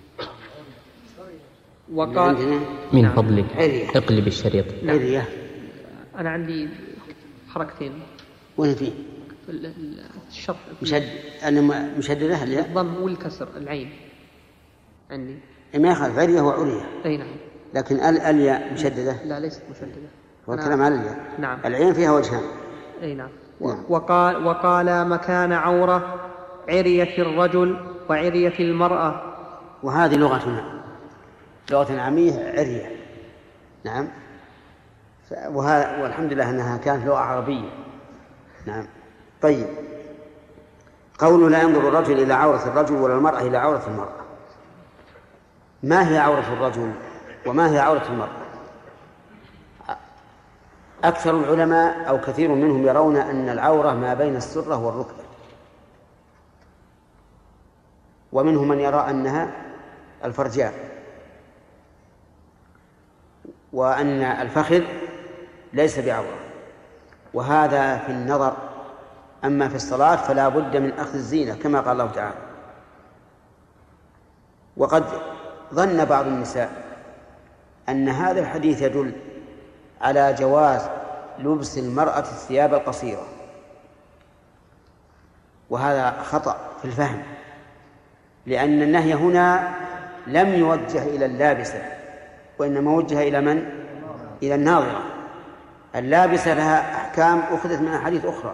وقال من فضلك اقلب الشريط. عرية. أنا عندي حركتين. وين فيه؟ الشرط مشددة الضم والكسر العين عندي. ما يخالف، عرية وعرية. أي نعم. لكن الياء مشددة. لا ليست مشددة. والكلام على الياء. نعم. العين فيها وجهان. أي نعم. نعم. وقال مكان عورة عرية الرجل وعرية المرأة. وهذه لغتنا لغة عامية عرية. نعم. والحمد لله أنها كانت لغة عربية. نعم. طيب، قول لا ينظر الرجل إلى عورة الرجل ولا المرأة إلى عورة المرأة. ما هي عورة الرجل وما هي عورة المرأة؟ أكثر العلماء أو كثير منهم يرون أن العورة ما بين السرة والركبة، ومنهم من يرى أنها الفرجاء، وأن الفخذ ليس بعورة. وهذا في النظر. أما في الصلاة فلا بد من أخذ الزينة كما قال الله تعالى. وقد ظن بعض النساء أن هذا الحديث يدل على جواز لبس المرأة الثياب القصيرة، وهذا خطأ في الفهم، لأن النهي هنا لم يوجه إلى اللابسة، وإنما وجه إلى من؟ إلى الناظرة. اللابسة لها أحكام أخذت من أحاديث أخرى،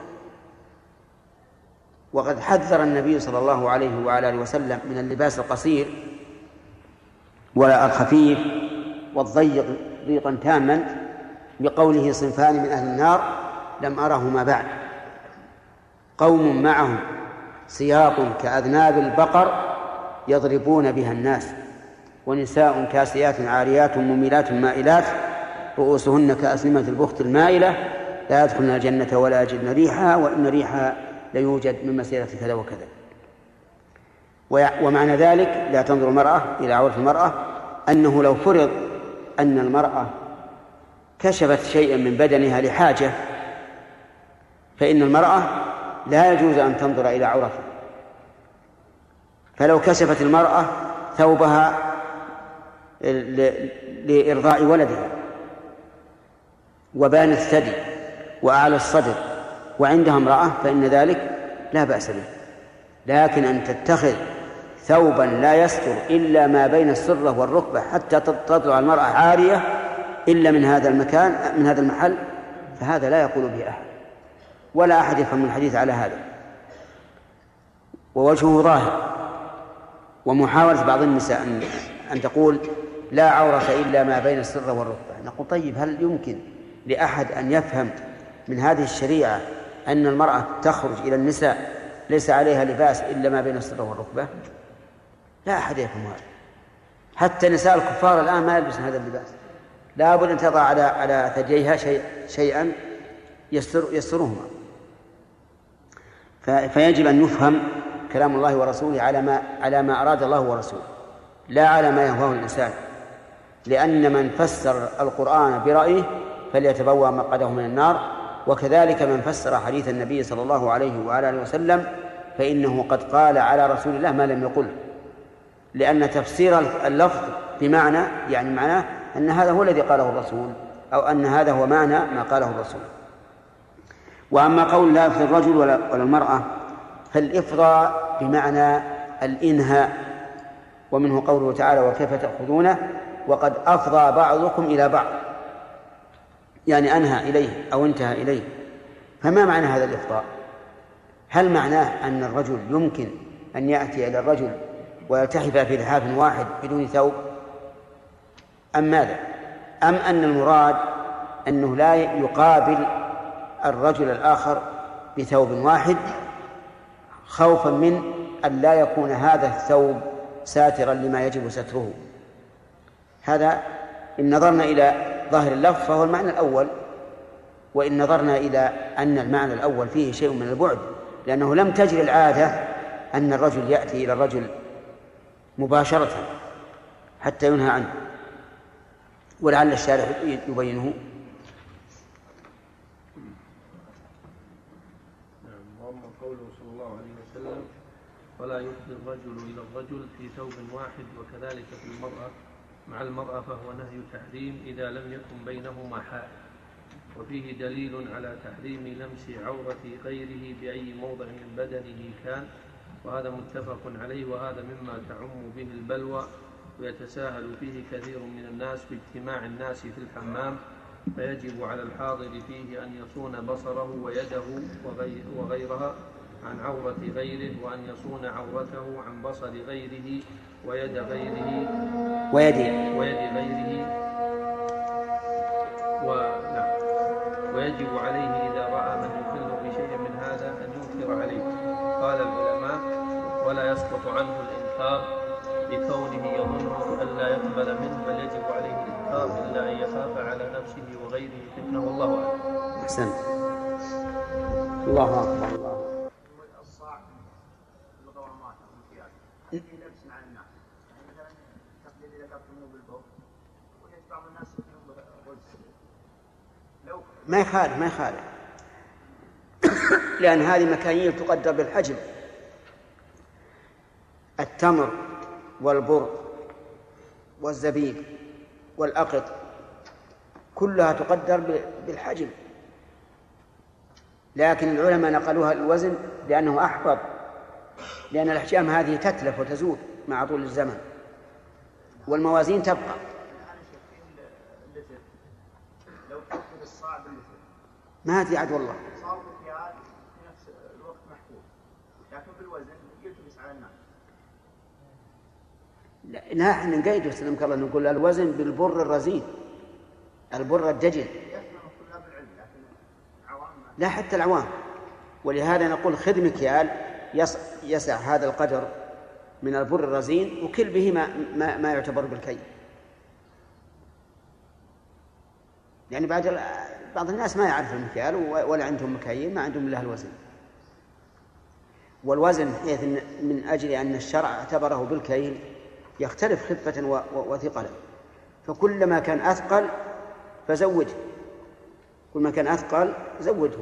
وقد حذر النبي صلى الله عليه وعلى آله وسلم من اللباس القصير ولا الخفيف والضيق ضيقا تاما، بقوله صنفان من أهل النار لم أرهما بعد: قوم معهم سياط كأذناب البقر يضربون بها الناس، ونساء كاسيات عاريات مميلات مائلات رؤوسهن كأسنمة البخت المائلة لا يدخلن الجنة ولا يجدن ريحها وإن ريحها ليوجد من مسيرة كذا وكذا. ومعنى ذلك لا تنظر المرأة إلى عورة المرأة أنه لو فرض أن المرأة كشفت شيئا من بدنها لحاجة، فإن المرأة لا يجوز أن تنظر إلى عورتها. فلو كشفت المرأة ثوبها لإرضاع ولدها وبان الثدي وأعلى الصدر وعندها امرأة فإن ذلك لا بأس به. لكن أن تتخذ ثوبا لا يستر إلا ما بين السرة والركبة حتى تطلع المرأة عارية إلا من هذا المكان من هذا المحل، فهذا لا يقول به أحد، ولا أحد يفهم الحديث على هذا. ووجهه ظاهر. ومحاولة بعض النساء أن تقول لا عورة إلا ما بين السرة والركبة، نقول طيب، هل يمكن لأحد أن يفهم من هذه الشريعة أن المرأة تخرج إلى النساء ليس عليها لباس إلا ما بين السرة والركبة؟ لا أحد يفهم هذا. حتى نساء الكفار الآن ما يلبسن هذا اللباس، لا بد أن تضع على ثدييها شيئا يسترهما. فيجب أن يفهم كلام الله ورسوله على ما أراد الله ورسوله، لا على ما يهواه الإنسان، لأن من فسر القرآن برأيه فليتبوأ مقعده من النار. وكذلك من فسر حديث النبي صلى الله عليه وآله وسلم فإنه قد قال على رسول الله ما لم يقل، لأن تفسير اللفظ بمعنى يعني معناه أن هذا هو الذي قاله الرسول، أو أن هذا هو معنى ما قاله الرسول. وأما قول لا يفضي الرجل ولا المرأة فالإفضاء بمعنى الإنهاء، ومنه قوله تعالى وكيف تأخذونه وقد أفضى بعضكم إلى بعض، يعني أنهى إليه أو انتهى إليه. فما معنى هذا الإفضاء؟ هل معناه أن الرجل يمكن أن يأتي إلى الرجل ويلتحف في لحاف واحد بدون ثوب، أم ماذا؟ أم أن المراد أنه لا يقابل الرجل الآخر بثوب واحد خوفا من أن لا يكون هذا الثوب ساترا لما يجب ستره؟ هذا إن نظرنا إلى ظاهر اللفظ فهو المعنى الأول، وإن نظرنا إلى أن المعنى الأول فيه شيء من البعد، لأنه لم تجري العادة أن الرجل يأتي إلى الرجل مباشرة حتى ينهى عنه، ولعل الشارع يبينه. وأما قوله صلى الله عليه وسلم ولا يفضي الرجل إلى الرجل في ثوب واحد وكذلك في المرأة مع المرأة فهو نهي تحريم إذا لم يكن بينهما حائل، وفيه دليل على تحريم لمس عورة غيره بأي موضع من بدنه كان، وهذا متفق عليه، وهذا مما تعم به البلوى ويتساهل فيه كثير من الناس باجتماع الناس في الحمام، فيجب على الحاضر فيه أن يصون بصره ويده وغيرها عن عورة غيره، وأن يصون عورته عن بصر غيره ويد غيره ويجب عليه إذا رأى من يخل بشيء من هذا أن ينكر عليه. قال العلماء ولا يسقط عنه الإنكار لكونه يظن أن لا يقبل منه، بل يجب عليه الإنكار إلا أن يخاف على نفسه وغيره فتنة، والله أعلم. أحسنت. الله أكبر. الله الصاع الغرامات والمكياج هل في لبس مع الناس؟ يعني مثلا تقدير إذا كابتنوا بالبوك ويتبع الناس يكونوا بالغز ما يخالف لأن هذه مكاييل تقدر بالحجم. التمر والبر والزبيب والأقط كلها تقدر بالحجم، لكن العلماء نقلوها الوزن لأنه أحفظ، لأن الأحجام هذه تتلف وتزول مع طول الزمن، والموازين تبقى. لو تأخذ الصاع باللتر ما أدري عاد والله، صار مكيال في نفس الوقت محفوظ، لكن بالوزن يلتبس على الناس. لا احنا نقيده سلمك الله، نقول الوزن بالبر الرزين، البر الدجل، لا حتى العوام. ولهذا نقول خذ مكيال يسع هذا القدر من البر الرزين وكل به ما يعتبر بالكي، يعني بعض الناس ما يعرف المكيال ولا عندهم مكاييل، ما عندهم إلا الوزن. والوزن حيث من أجل أن الشرع اعتبره بالكيل يختلف خفة وثقلا، فكلما كان أثقل فزوده، كل ما كان أثقل زوده.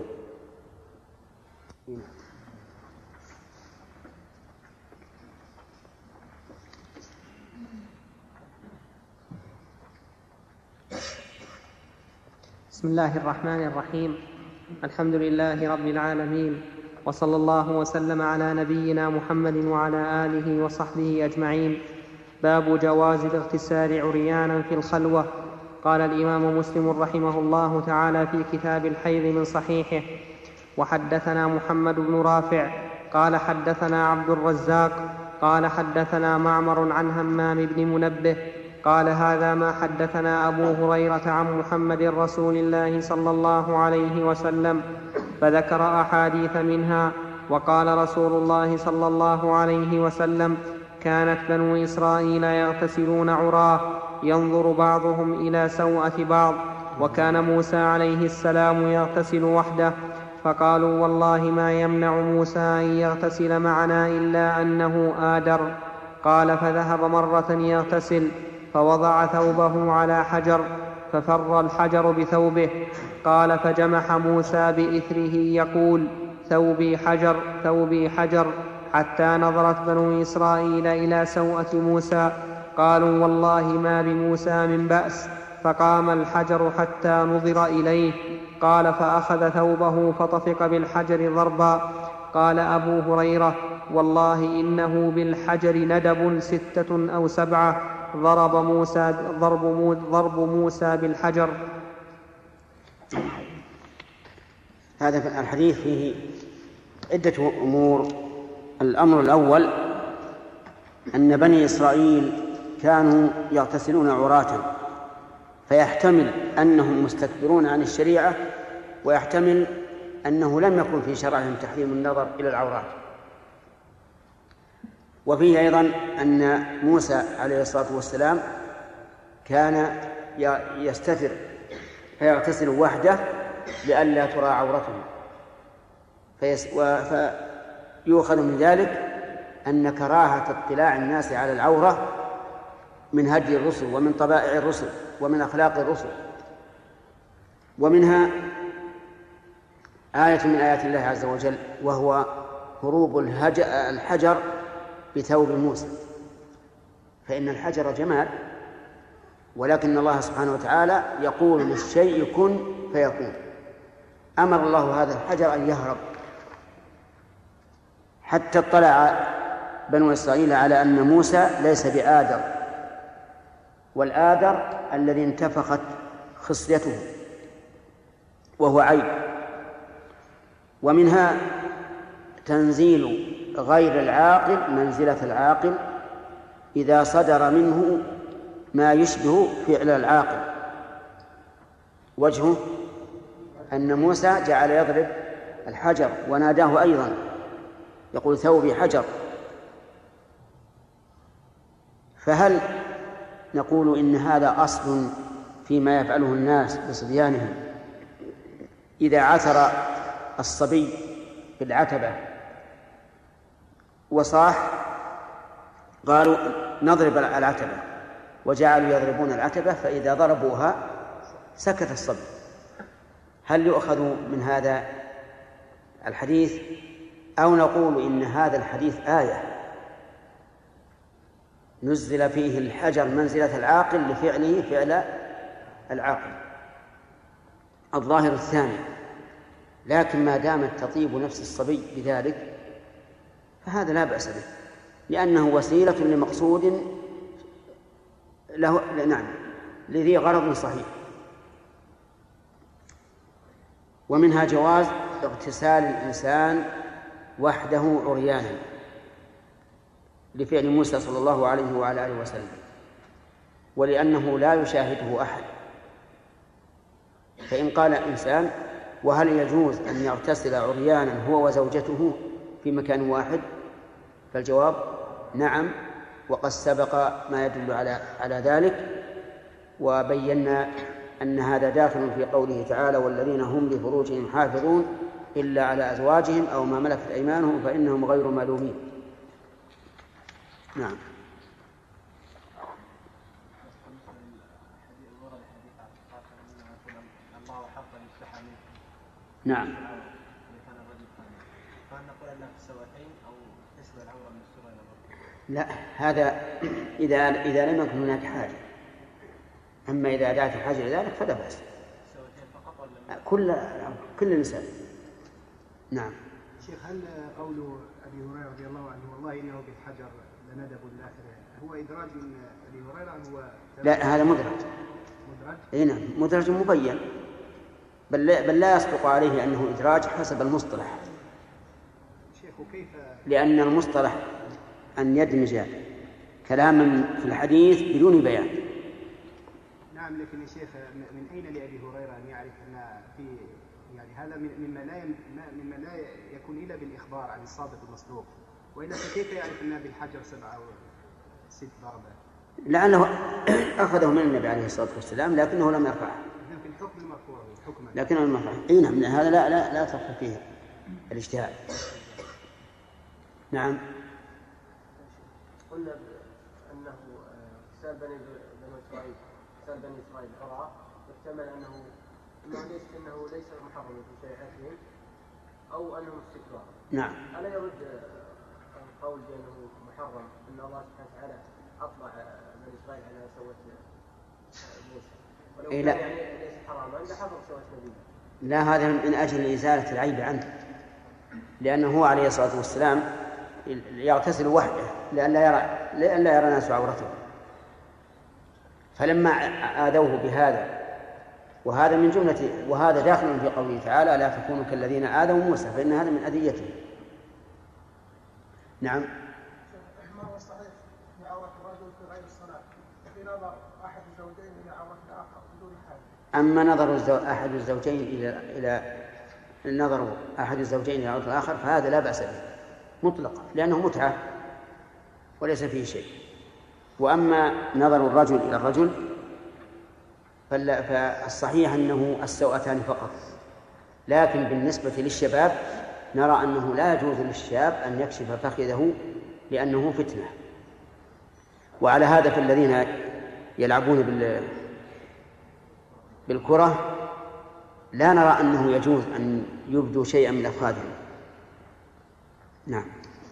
بسم الله الرحمن الرحيم. الحمد لله رب العالمين، وصلى الله وسلم على نبينا محمد وعلى آله وصحبه أجمعين. باب جواز الاغتسال عريانا في الخلوة. قال الإمام مسلم رحمه الله تعالى في كتاب الحيض من صحيحه: وحدثنا محمد بن رافع قال حدثنا عبد الرزاق قال حدثنا معمر عن همام بن منبه قال هذا ما حدثنا أبو هريرة عن محمد رسول الله صلى الله عليه وسلم، فذكر أحاديث منها. وقال رسول الله صلى الله عليه وسلم: كانت بنو إسرائيل يغتسلون عراه ينظر بعضهم إلى سوءة بعض، وكان موسى عليه السلام يغتسل وحده، فقالوا والله ما يمنع موسى أن يغتسل معنا إلا أنه آدر. قال فذهب مرة يغتسل فوضع ثوبه على حجر ففر الحجر بثوبه. قال فجمح موسى بإثره يقول: ثوبي حجر ثوبي حجر، حتى نظرت بنو إسرائيل إلى سوءة موسى، قالوا والله ما بموسى من بأس، فقام الحجر حتى نظر إليه. قال فأخذ ثوبه فطفق بالحجر ضربا. قال أبو هريرة: والله إنه بالحجر ندب 6 أو 7 ضرب موسى بالحجر. هذا الحديث فيه عدة أمور. الأمر الأول أن بني إسرائيل كانوا يغتسلون عراة، فيحتمل أنهم مستكبرون عن الشريعة، ويحتمل أنه لم يكن في شرعهم تحريم النظر إلى العورات. وفيه أيضا أن موسى عليه الصلاة والسلام كان يستتر فيغتسل وحده لئلا ترى عورته، فيؤخذ من ذلك أن كراهة اطلاع الناس على العورة من هدي الرسل ومن طبائع الرسل ومن أخلاق الرسل. ومنها آية من آيات الله عز وجل، وهو هروب الحجر بثوب موسى، فإن الحجر جمال، ولكن الله سبحانه وتعالى يقول للشيء كن فيكون. أمر الله هذا الحجر أن يهرب، حتى اطلع بنو إسرائيل على أن موسى ليس بآدر، والآدر الذي انتفخت خصيته وهو عيب. ومنها تنزيل غير العاقل منزلة العاقل إذا صدر منه ما يشبه فعل العاقل. وجهه أن موسى جعل يضرب الحجر وناداه أيضا يقول ثوبي حجر. فهل نقول إن هذا أصل فيما يفعله الناس بصبيانهم إذا عثر الصبي بالعتبة وصاح قالوا نضرب العتبة، وجعلوا يضربون العتبة، فإذا ضربوها سكت الصبي؟ هل يؤخذ من هذا الحديث أو نقول إن هذا الحديث آية نزل فيه الحجر منزلة العاقل لفعله فعل العاقل؟ الظاهر الثاني، لكن ما دامت تطيب نفس الصبي بذلك فهذا لا بأس به، لأنه وسيلة لمقصود له، نعم، لذي غرض صحيح. ومنها جواز اغتسال الإنسان وحده عريانا لفعل موسى صلى الله عليه وعلى آله وسلم، ولأنه لا يشاهده أحد. فإن قال إنسان وهل يجوز أن يغتسل عريانا هو وزوجته في مكان واحد؟ فالجواب نعم، وقد سبق ما يدل على ذلك، وبينا أن هذا داخل في قوله تعالى والذين هم لفروجهم حافظون إلا على أزواجهم أو ما ملكت أيمانهم فإنهم غير ملومين. نعم. نعم. لا، هذا إذا لم يكن هناك حاجة، أما إذا دعت الحاجة لذلك فلا بأس. كل النساء. نعم. شيخ، هل قول أبي هريرة رضي الله عنه والله إنه بالحجر لندب الآخرة هو إدراج من أبي هريرة أم هو؟ لا، هذا مدرج. إيه نعم، مدرج مبين، بل لا يصدق عليه أنه إدراج حسب المصطلح. شيخ، وكيف؟ لأن المصطلح أن يدمج كلاما في الحديث بدون بيان. نعم، لكن يا شيخ من أين لأبي هريرة أن يعرف أن في يعني هذا مما لا يكون إلا بالإخبار عن الصادق المصدوق، وإلا فكيف يعرف أنها بالحجر 7 أو 6 ضربات؟ لعله أخذه من النبي عليه الصلاة والسلام لكنه لم يرفعه. في الحكم المرفوع حكما. لكنه لم يرفعه. إيه نعم، هذا لا ترفع فيه الاجتهاد. نعم. قلنا أنه سال بني إسرائيل الحرى، يحتمل أنه ليس محرم في شريعتهم أو أنه استكبار. نعم. ألا يرد القول بأنه محرم أن الله سبحانه وتعالى أطلع بني إسرائيل على سوة موسى، ولو كان يعني ليس حراما لحفظ سوة نبيه؟ لا، هذا من أجل إزالة العيب عنه، لأنه هو عليه الصلاة والسلام يغتسل وحده لئلا يرى الناس عورته، فلما آذوه بهذا، وهذا من جملة، وهذا داخل في قوله تعالى لا تكونوا كالذين آذوا موسى، فإن هذا من أذيته. نعم. ما هو الصحيح في عورة الرجل في غير الصلاة في نظر أحد الزوجين إلى عورة الآخر بدون حاجة. أما نظر أحد الزوجين إلى النظر أحد الزوجين إلى عورة الآخر فهذا لا بأس به مطلقا لأنه متعة وليس فيه شيء. وأما نظر الرجل إلى الرجل فالصحيح أنه السوءتان فقط. لكن بالنسبة للشباب نرى أنه لا يجوز للشاب أن يكشف فخذه لأنه فتنة. وعلى هذا فالذين يلعبون بالكرة لا نرى أنه يجوز أن يبدوا شيئا من أفخاذهم. نعم.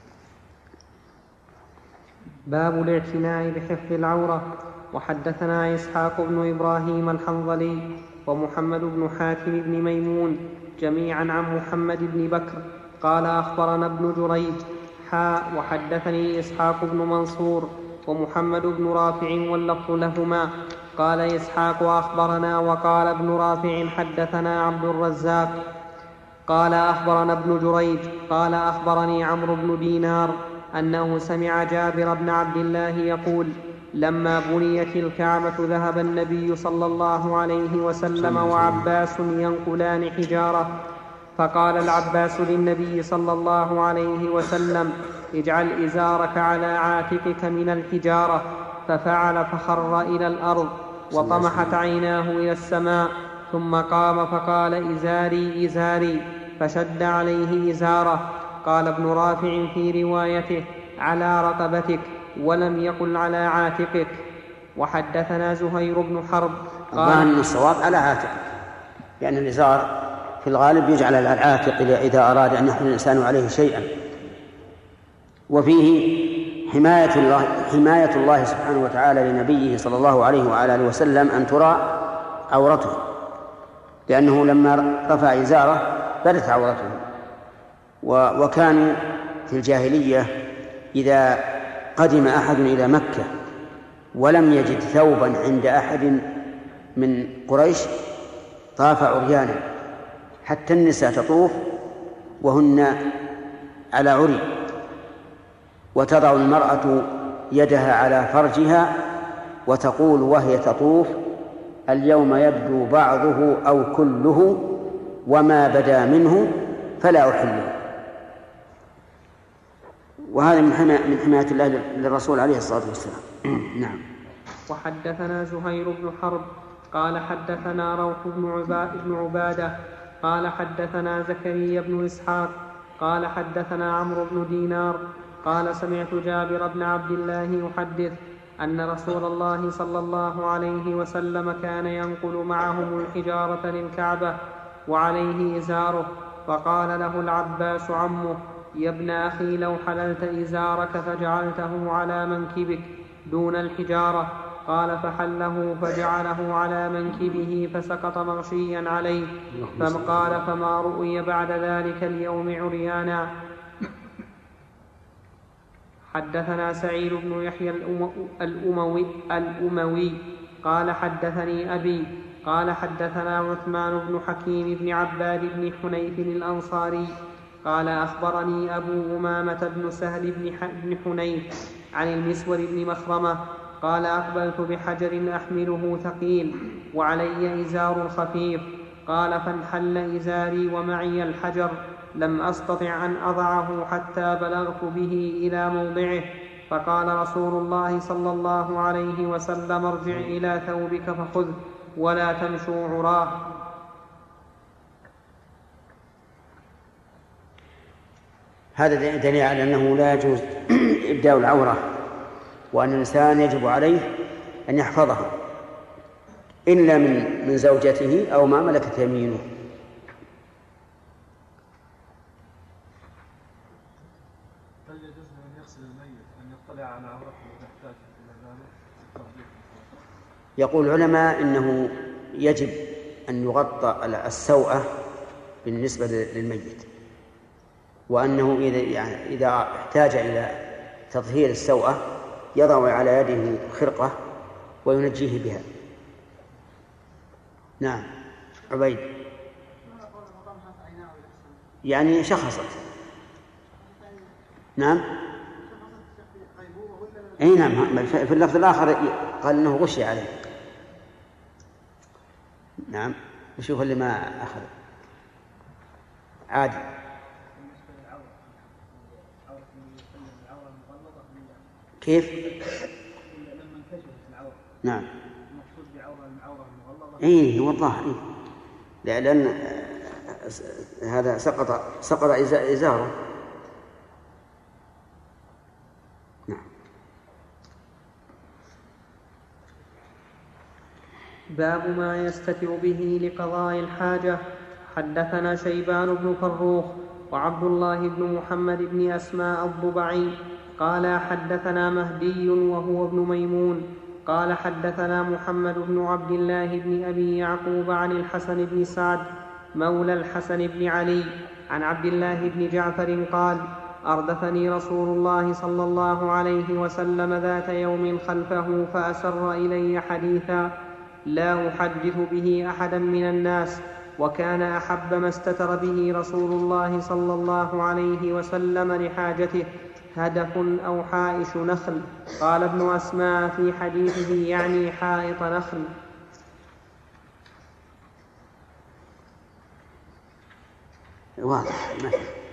باب الاعتناء بحفظ العورة. وحدثنا إسحاق بن إبراهيم الحنظلي ومحمد بن حاتم بن ميمون جميعا عن محمد بن بكر قال أخبرنا ابن جريج وحدثني إسحاق بن منصور ومحمد بن رافع واللفظ لهما قال إسحاق أخبرنا وقال ابن رافع حدثنا عبد الرزاق قال أخبرنا ابن جريج قال أخبرني عمرو بن دينار أنه سمع جابر بن عبد الله يقول لما بنيت الكعبة ذهب النبي صلى الله عليه وسلم وعباس ينقلان حجارة فقال العباس للنبي صلى الله عليه وسلم اجعل إزارك على عاتقك من الحجارة ففعل فخر إلى الأرض وطمحت عيناه إلى السماء ثم قام فقال إزاري إزاري فشد عليه إزاره. قال ابن رافع في روايته على رقبتك ولم يقل على عاتقك. وحدثنا زهير بن حرب قال من الصواب على عاتقك لأن الإزار في الغالب يجعل على العاتق إذا أراد أن يحمل الإنسان عليه شيئا. وفيه حماية الله سبحانه وتعالى لنبيه صلى الله عليه وعلى آله وسلم أن ترى عورته لأنه لما رفع إزاره بدت عورته. وكانوا في الجاهلية إذا قدم أحد إلى مكة ولم يجد ثوبا عند أحد من قريش طاف عريانا حتى النساء تطوف وهن على عري وتضع المرأة يدها على فرجها وتقول وهي تطوف اليوم يبدو بعضه أو كله وما بدا منه فلا أحله. وهذا من حماية الله للرسول عليه الصلاة والسلام. نعم. وحدثنا زهير بن حرب قال حدثنا روح بن عبادة قال حدثنا زكريا بن إسحاق قال حدثنا عمرو بن دينار قال سمعت جابر بن عبد الله يحدث أن رسول الله صلى الله عليه وسلم كان ينقل معهم الحجارة للكعبة وعليه إزاره فقال له العباس عمه يا ابن أخي لو حللت إزارك فجعلته على منكبك دون الحجارة قال فحله فجعله على منكبه فسقط مغشيا عليه فقال فما رؤي بعد ذلك اليوم عريانا. حدثنا سعيد بن يحيى الأموي قال حدثني أبي قال حدثنا عثمان بن حكيم بن عباد بن حنيف الأنصاري قال أخبرني أبو أمامة بن سهل بن حنيف عن المسور بن مخرمة قال أقبلت بحجر أحمله ثقيل وعلي إزار خفيف قال فانحل إزاري ومعي الحجر لم أستطع أن أضعه حتى بلغت به إلى موضعه فقال رسول الله صلى الله عليه وسلم ارجع إلى ثوبك فخذه ولا تمشوا عراه. هذا دليل على أنه لا يجوز إبداء العورة وأن الإنسان يجب عليه أن يحفظها إلا من زوجته أو ما ملكت يمينه. هل يجوز أن يغسل الميت أن يطلع على عورته ويحتاج إلى ذلك؟ يقول العلماء إنه يجب أن يغطى السوءة بالنسبة للميت وأنه إذا احتاج إلى تطهير السوءة يضع على يده خرقة وينجيه بها. نعم. عبيد يعني شخصت. نعم أي نعم، في اللفظ الآخر قال إنه غشي عليه. نعم. نشوف اللي ما أخذ عادي. كيف؟ نعم. إيه والله إيه. لأن هذا سقط إزاره. نعم. باب ما يستتر به لقضاء الحاجة. حدثنا شيبان بن فروخ وعبد الله بن محمد بن أسماء الضبعي قال حدثنا مهدي وهو ابن ميمون قال حدثنا محمد بن عبد الله بن أبي يعقوب عن الحسن بن سعد مولى الحسن بن علي عن عبد الله بن جعفر قال أردفني رسول الله صلى الله عليه وسلم ذات يوم خلفه فأسر إلي حديثا لا أحدث به أحدا من الناس، وكان أحب ما استتر به رسول الله صلى الله عليه وسلم لحاجته هدف أو حائش نخل. قال ابن أسماء في حديثه يعني حائط نخل. واضح.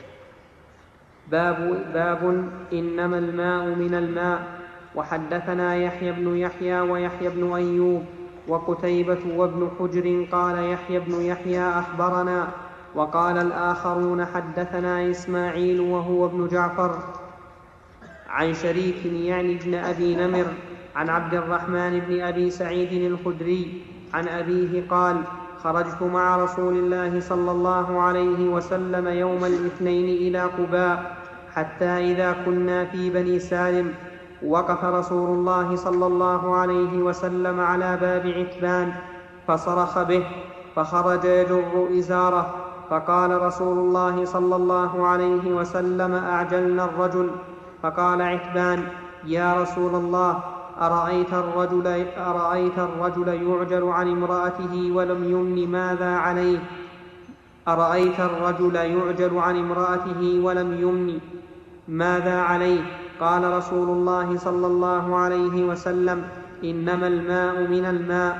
باب إنما الماء من الماء. وحدثنا يحيى بن يحيى ويحيى بن أيوب وقتيبة وابن حجر قال يحيى بن يحيى أخبرنا، وقال الآخرون حدثنا إسماعيل وهو ابن جعفر عن شريك يعني ابن أبي نمر عن عبد الرحمن بن أبي سعيد الخدري عن أبيه قال خرجت مع رسول الله صلى الله عليه وسلم يوم الاثنين إلى قباء حتى إذا كنا في بني سالم وقف رسول الله صلى الله عليه وسلم على باب عتبان فصرخ به فخرج يجر إزاره، فقال رسول الله صلى الله عليه وسلم أعجلنا الرجل. فقال عتبان يا رسول الله أرأيت الرجل يعجل عن امرأته ولم يمن ماذا عليه؟ أرأيت الرجل يعجل عن امرأته ولم يمن ماذا عليه؟ قال رسول الله صلى الله عليه وسلم إنما الماء من الماء.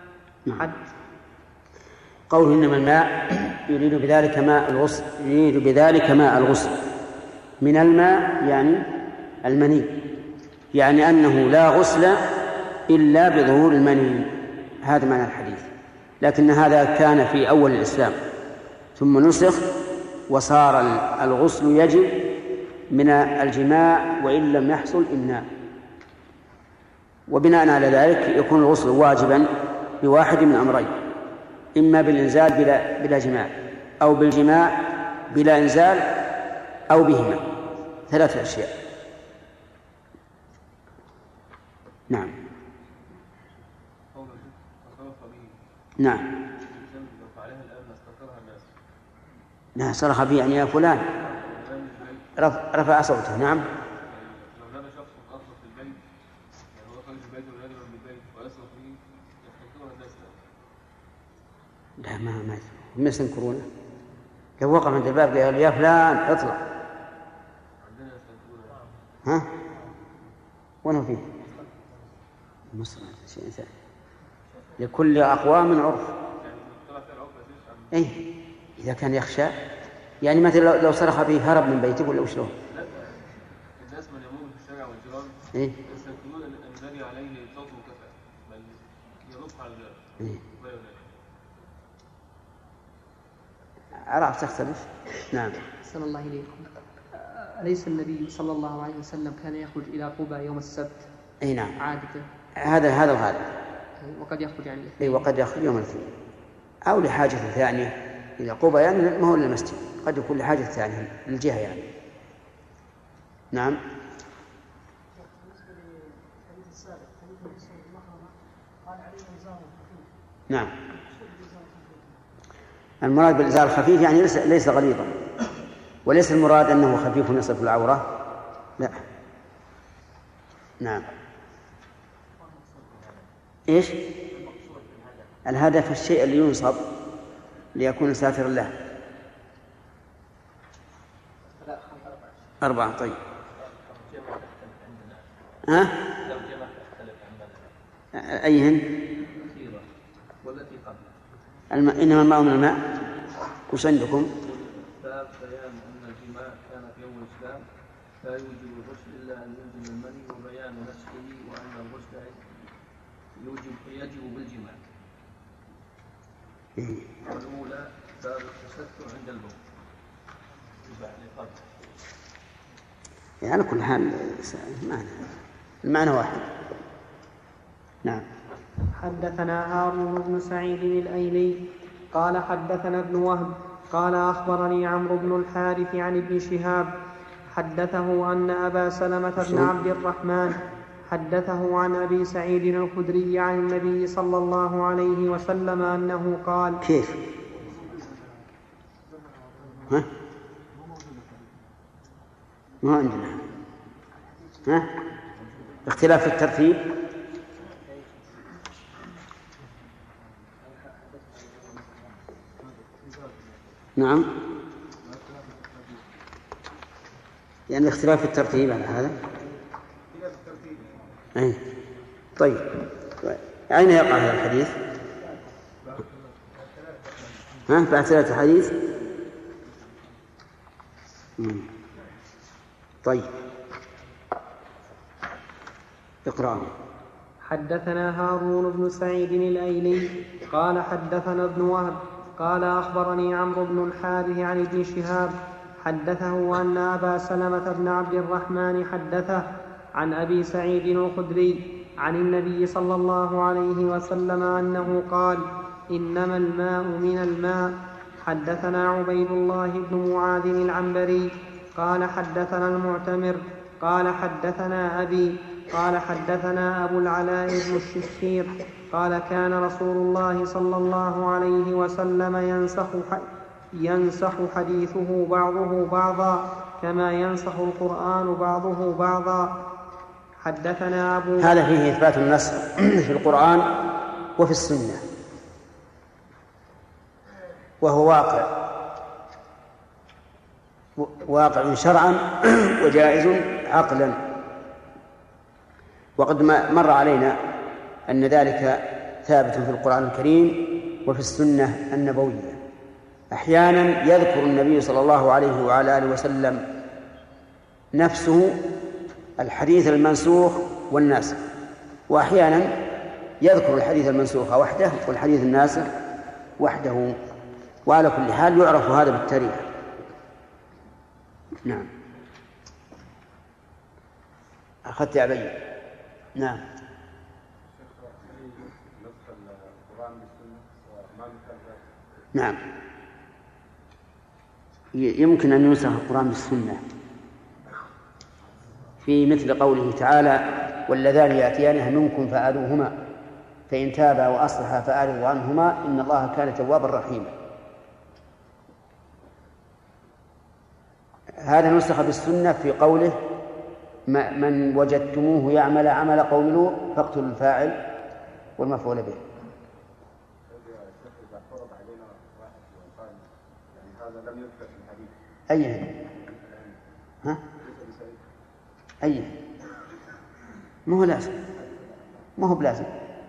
قوله إنما الماء يريد بذلك ماء الغسل من الماء يعني المني، يعني أنه لا غسل إلا بظهور المني. هذا معنى الحديث. لكن هذا كان في أول الإسلام ثم نسخ وصار الغسل يجب من الجماع وإن لم يحصل إمناء، وبناء على ذلك يكون الغسل واجبا بواحد من أمرين: إما بالإنزال بلا جماع، أو بالجماع بلا إنزال، أو بهما، 3 أشياء. نعم. نعم. لا صرخ به يعني يا فلان، رفع صوته. نعم. لو نادى شخص أصلا في البيت يعني هو خارج البيت وينادي من البيت ويصرخ به يستنكرون الناس. لا ما يستنكرونه. لو وقف عند الباب قال يا فلان اطلع. عندنا يستنكرون. ها؟ وين فيه؟ مصر شيء ثاني. لكل أقوام عرف. أي إذا كان يخشى يعني مثلا لو صرخ به هرب من بيته ولا وشلون؟ لا الناس من يمر في الشارع والجيران يستنكرون أن النبي عليه صوت مكافأة بل ينص على الجيران. عرفت تختلف. نعم. أحسن الله إليكم. أليس النبي صلى الله عليه وسلم كان يخرج إلى قباء يوم السبت؟ أي نعم. عادة. هذا الغالب. وقد يخرج يعني أي وقد يخرج يوم الاثنين أو لحاجة ثانية إلى قباء، يعني ما هو للمسجد، قد يكون لحاجة ثانية للجهة يعني. نعم. نعم. المراد بالإزار الخفيف يعني ليس غليظا، وليس المراد أنه خفيف يصف العورة، لا. نعم. إيش؟ الهدف الشيء اللي ينصب ليكون ساترا له. 4. طيب. ها؟ لو جمع تختلف عن ماذا؟ أيهن؟ الأخيرة والتي قبل. إنما الماء من الماء. وش عندكم؟ باب بيان أن الجماع كان في يوم الإسلام لا يوجب الغسل إلا أن يوجب المني، وبيان نسخه وأن الغسل يجب بالجماع. والأولى باب التستر عند البول. يعني على كل حال المعنى واحد. نعم. حدثنا هارون بن سعيد الأيلي قال حدثنا ابن وهب قال أخبرني عمرو بن الحارث عن ابن شهاب حدثه أن أبا سلمة بن عبد الرحمن حدثه عن أبي سعيد الخدري عن النبي صلى الله عليه وسلم أنه قال. كيف؟ ها؟ ما عندنا. ها؟ اختلاف في الترتيب. نعم، يعني اختلاف في الترتيب على هذا. أي. طيب أين يقع هذا الحديث؟ ها؟ بعد 3 حديث. طيب اقرأ. حدثنا هارون بن سعيد الأيلي قال حدثنا ابن وهب قال أخبرني عمرو بن الحارث عن ابن شهاب حدثه أن أبا سلمة بن عبد الرحمن حدثه عن أبي سعيد الخدري عن النبي صلى الله عليه وسلم أنه قال: إنما الماء من الماء. حدثنا عبيد الله بن معاذ العنبري قال حدثنا المعتمر قال حدثنا أبي قال حدثنا أبو العلاء بن الشخير قال كان رسول الله صلى الله عليه وسلم ينسخ حديثه بعضه بعضا كما ينسخ القرآن بعضه بعضا. حدثنا أبو هذا فيه إثبات النسخ في القرآن وفي السنة، وهو واقع شرعا وجائز عقلا. وقد مر علينا أن ذلك ثابت في القرآن الكريم وفي السنة النبوية. أحيانا يذكر النبي صلى الله عليه وعلى آله وسلم نفسه الحديث المنسوخ والناسخ، وأحيانا يذكر الحديث المنسوخ وحده والحديث الناسخ وحده، وعلى كل حال يعرف هذا بالتاريخ. نعم. أخذت يا أبي. نعم. نعم، يمكن أن ينسخ القرآن بالسنة في مثل قوله تعالى: واللذان يأتيانها منكم فآذوهما فإن تابا وأصلحا فأعرضوا عنهما إن الله كان توابا رحيما. هذا نسخ بالسنة في قوله: من وجدتموه يعمل عمل قوم لوط فاقتلوا الفاعل والمفعول به. أيه؟ ها؟ أيه؟ ما هو لازم، ما هو بلازم.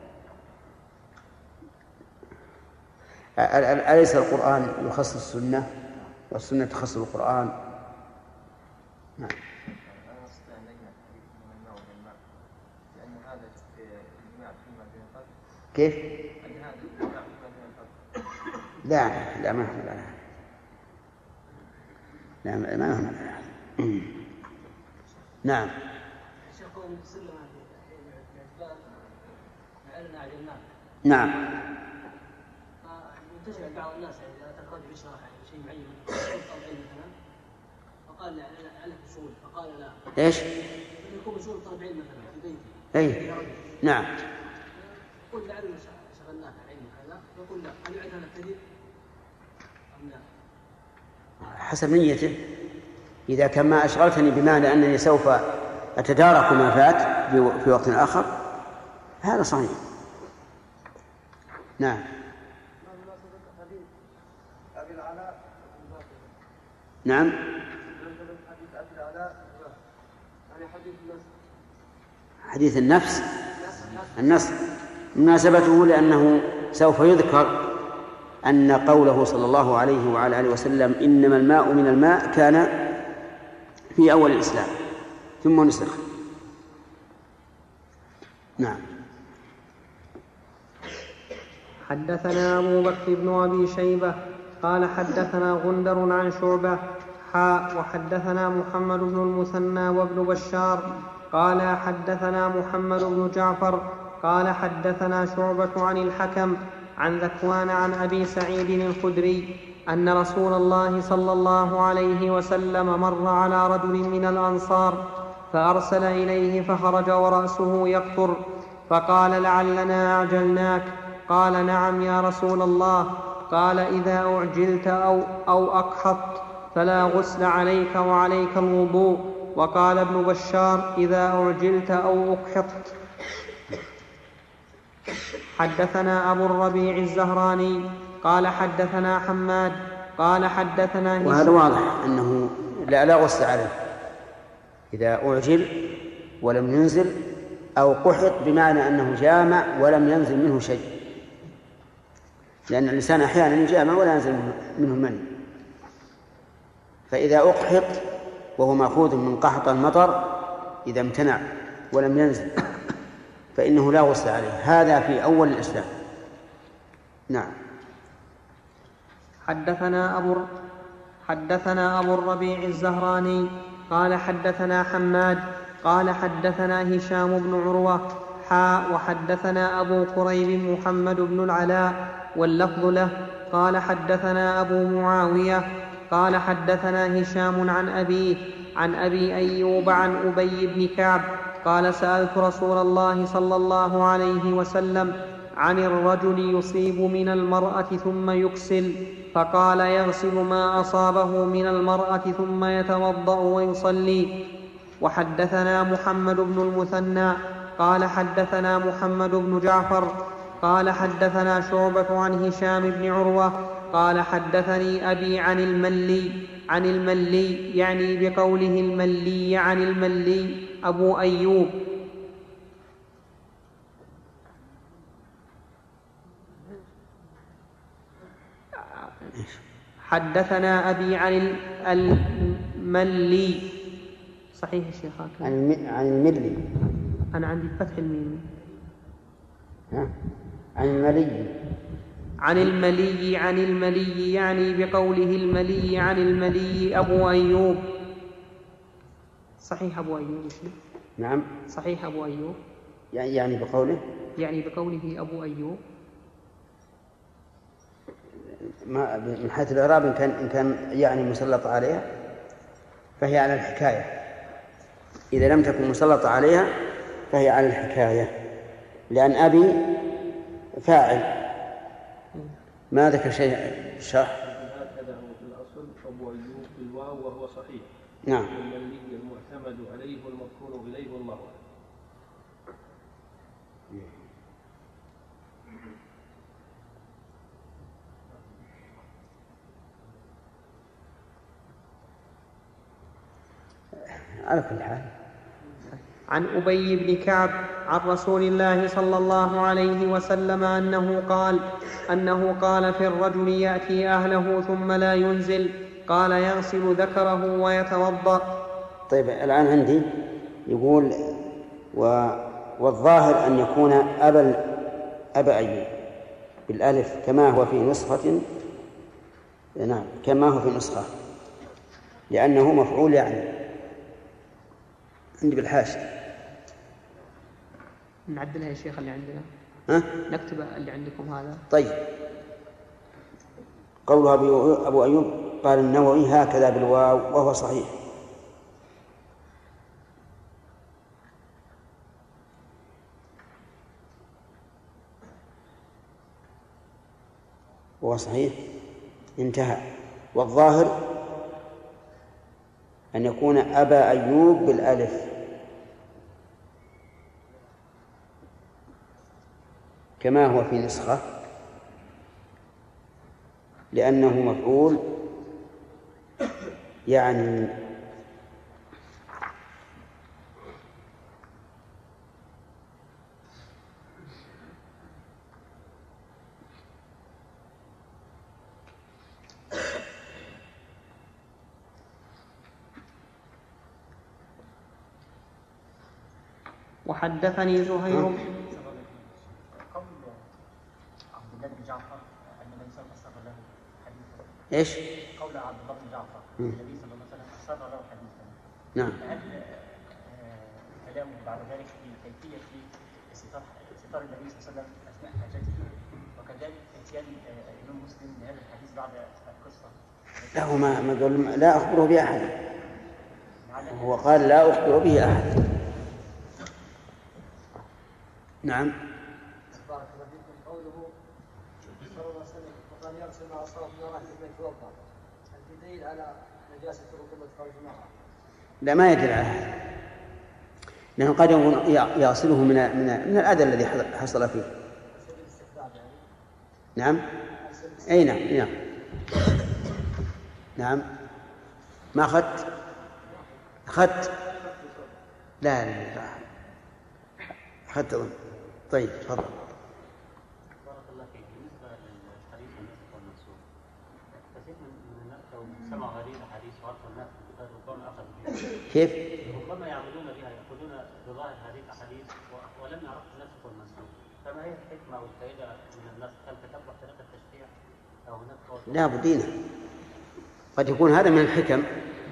أليس القرآن يخص السنة والسنة تخص القرآن؟ نعم. كيف؟ لا ما نحمل على هذا. لا ما نحمل على هذا. نعم. نعم. منتشر عند بعض الناس إذا تخرج بشرح شيء معين مثلا فقال عليه أصول فقال لا. إيش؟ يكون أصول طالب علم مثلا في بيته. أي نعم. يقول لعلنا شغلناه علم هذا، يقول لا هل يعد هذا الكذب أم لا؟ حسب نيته. إذا كان ما أشغلتني بمعنى أنني سوف أتدارك ما فات في وقت آخر هذا صحيح. نعم. نعم. حديث النص مناسبته لأنه سوف يذكر أن قوله صلى الله عليه وعلى آله وسلم إنما الماء من الماء كان في أول الإسلام ثم نسخ. نعم. حدثنا أبو بكر بن أبي شيبة قال حدثنا غندر عن شعبة وحدثنا محمد بن المثنى وابن بشار قال حدثنا محمد بن جعفر قال حدثنا شعبة عن الحكم عن ذكوان عن أبي سعيد الخدري أن رسول الله صلى الله عليه وسلم مر على رجل من الأنصار فأرسل إليه فخرج ورأسه يقطر فقال لعلنا أعجلناك. قال نعم يا رسول الله. قال إذا أعجلت أو أقحطت فلا غسل عليك وعليك الوضوء. وقال ابن بشار إذا أعجلت أو أقحطت. حدثنا أبو الربيع الزهراني قال حدثنا حماد قال حدثنا هشام. وهذا واضح أنه لا غسل عليه إذا أعجل ولم ينزل أو قحط، بمعنى أنه جامع ولم ينزل منه شيء، لأن الإنسان أحيانا يجامع ولا ينزل منه مني. فإذا أقحط وهو مأخوذ من قحط المطر إذا امتنع ولم ينزل فإنه لا غسل عليه. هذا في أول الإسلام. نعم. حدثنا أبو الربيع الزهراني قال حدثنا حماد قال حدثنا هشام بن عروة وحدثنا أبو قريب محمد بن العلاء واللفظ له قال حدثنا أبو معاوية قال حدثنا هشام عن أبي أيوب عن أبي بن كعب قال سألت رسول الله صلى الله عليه وسلم عن الرجل يصيب من المرأة ثم يكسل، فقال يغسل ما أصابه من المرأة ثم يتوضأ ويصلي. وحدثنا محمد بن المثنى قال حدثنا محمد بن جعفر قال حدثنا شعبة عن هشام بن عروة قال حدثني أبي عن الملي يعني بقوله الملي عن الملي أبو أيوب. حدثنا أبي عن الملي صحيح يا شيخ عن الملي. أنا عندي فتح الميم. عن الملي يعني بقوله الملي عن الملي أبو أيوب. صحيح أبو أيوب. نعم صحيح أبو أيوب يعني بقوله أبو أيوب. من حيث الإعراب إن كان يعني مسلط عليها فهي على الحكاية، إذا لم تكن مسلط عليها فهي على الحكاية، لأن أبي فاعل ما ذكر شيء شرح. هكذا هو في الأصل أبو أيوب بالواو وهو صحيح. نعم. الملي المعتمد عليه والمذكور إليه والله أعلم. على كل حال. عن أبي بن كعب عن رسول الله صلى الله عليه وسلم أنه قال في الرجل يأتي أهله ثم لا ينزل قال يغسل ذكره ويتوضأ. طيب الآن عندي يقول والظاهر أن يكون أبا أيوب بالألف كما هو في نسخة. نعم كما هو في نسخة لأنه مفعول يعني. عندي بالحاشية نعدلها يا شيخ اللي عندنا. نكتب اللي عندكم هذا. طيب قولها أبو أيوب قال النووي هكذا بالواو وهو صحيح. وهو صحيح انتهى. والظاهر أن يكون أبا أيوب بالألف كما هو في نسخة لأنه مفعول يعني وحدثني زهير قول عبد الله بن جعفر أن النبي صلى الله عليه وسلم له حديثا. إيش؟ قول عبد الله بن جعفر النبي صلى الله عليه وسلم أسر له حديثا. نعم. هل كلامه بعد ذلك في كيفية ستار النبي صلى الله عليه وسلم أثناء حاجته، وكذلك اتيان الإمام مسلم لهذا الحديث بعد القصة؟ لا، هو ما قال لا أخبره بأحد، هو قال لا أخبر به أحد. نعم. بارك الله فيكم. قوله صلى الله عليه وسلم وقال يرسل مع الصلاة المرأة ثم يتوضأ، هل في دليل على نجاسة ركوب فرج المرأة؟ لا، ما يدل على هذا، لأنه قد يصله من الأذى الذي حصل فيه. نعم. أي نعم. نعم. ما أخذت لا أخذت أظن. طيب تفضل. بارك الله فيك. بالنسبة للحديث الناسخ والمنسوخ، كثير من الناس لو سمع هذه الأحاديث وعرف الناس ربما أخذ بها. كيف؟ ربما يعملون بها، يأخذون بظاهر هذه الأحاديث ولم يعرفوا الناسخ والمنسوخ. فما هي الحكمة والفائدة من الناس؟ هل تتبع طريقة التشريع أو هناك؟ لا بدينا، قد يكون هذا من الحكم،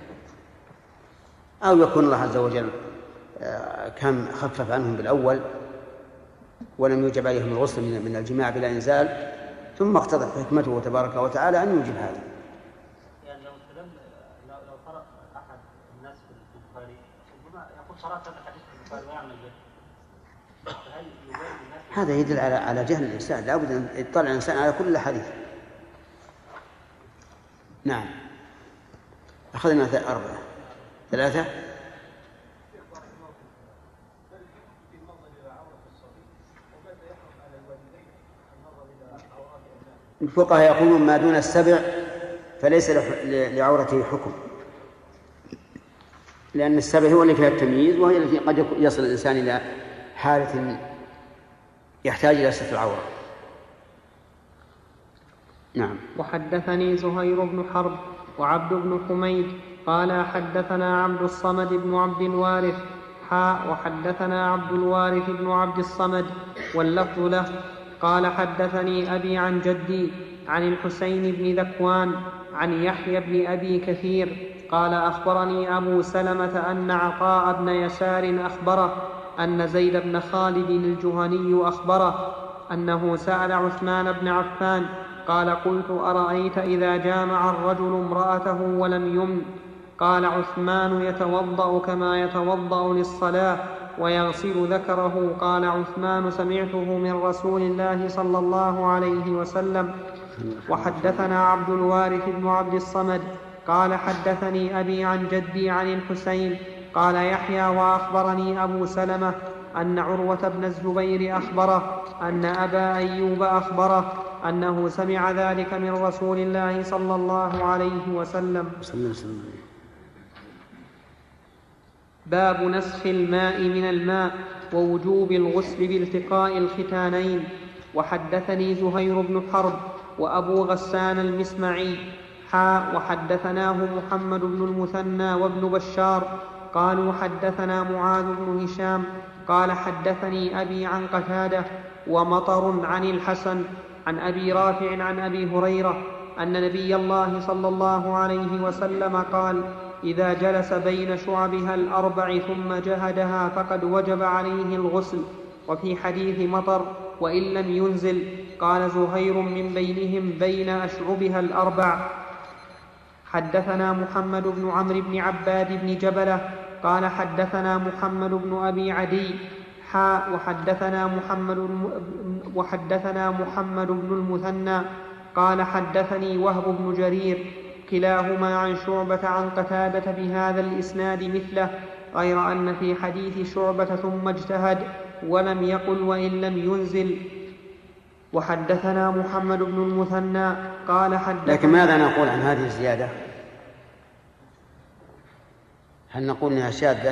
أو يكون الله عز وجل كان خفف عنهم بالأول ولم يوجب عليهم الغسل من الجماع بلا إنزال، ثم اقتضت حكمته تبارك وتعالى أن يوجب هذا. يعني لو قرأ أحد الناس في البخاري ربما يقول قرأت هذا الحديث في البخاري ويعمل به، فهل يبين الناس؟ هذا يدل على جهل الإنسان، لا بد أن يطلع الإنسان على كل حديث. نعم. أخذنا 3. الفقهاء يقولون ما دون 7 فليس لعورته حكم، لأن 7 هو اللي فيها التمييز، وهي التي قد يصل الإنسان إلى حالة يحتاج إلى ستر العورة. نعم. وحدثني زهير بن حرب وعبد بن حميد قال حدثنا عبد الصمد بن عبد الوارث وحدثنا عبد الوارث بن عبد الصمد واللفظ له قال حدثني أبي عن جدي عن الحسين بن ذكوان عن يحيى بن أبي كثير قال أخبرني أبو سلمة أن عطاء بن يسار أخبره أن زيد بن خالد الجهني أخبره أنه سأل عثمان بن عفان قال قلت أرأيت إذا جامع الرجل امرأته ولم يمن؟ قال عثمان يتوضأ كما يتوضأ للصلاة ويغسل ذكره. قال عثمان سمعته من رسول الله صلى الله عليه وسلم. وحدثنا عبد الوارث بن عبد الصمد قال حدثني أبي عن جدي عن الحسين قال يحيى وأخبرني أبو سلمة أن عروة بن الزبير أخبره أن أبا أيوب أخبره أنه سمع ذلك من رسول الله صلى الله عليه وسلم. باب نسخ الماء من الماء ووجوب الغسل بالتقاء الختانين. وحدثني زهير بن حرب وأبو غسان المسمعي وحدثناه محمد بن المثنى وابن بشار قالوا حدثنا معاذ بن هشام قال حدثني أبي عن قتادة ومطر عن الحسن عن أبي رافع عن أبي هريرة أن نبي الله صلى الله عليه وسلم قال إذا جلس بين شعبها 4 ثم جهدها فقد وجب عليه الغسل. وفي حديث مطر وإن لم ينزل قال زهير من بينهم بين أشعبها 4. حدثنا محمد بن عمرو بن عباد بن جبلة قال حدثنا محمد بن أبي عدي وحدثنا محمد بن المثنى قال حدثني وهب بن جرير كلاهما عن شعبة عن قتادة بهذا الإسناد مثله غير أن في حديث شعبة ثم اجتهد ولم يقل وإن لم ينزل. وحدثنا محمد بن المثنى قال حدثنا. لكن ماذا نقول عن هذه الزيادة؟ هل نقول إنها شاذة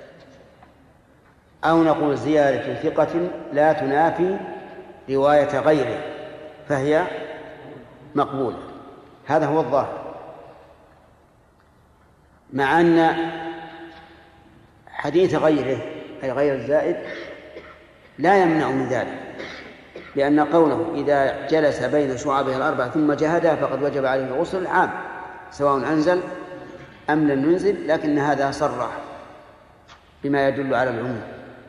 أو نقول زيادة ثقة لا تنافي رواية غيره فهي مقبولة؟ هذا هو الظاهر، مع أن حديث غيره أي غير الزائد لا يمنع من ذلك، لأن قوله إذا جلس بين شعبه الأربع ثم جهدها فقد وجب عليه الغسل عام سواء أنزل أم لم ينزل، لكن هذا صرح بما يدل على العموم.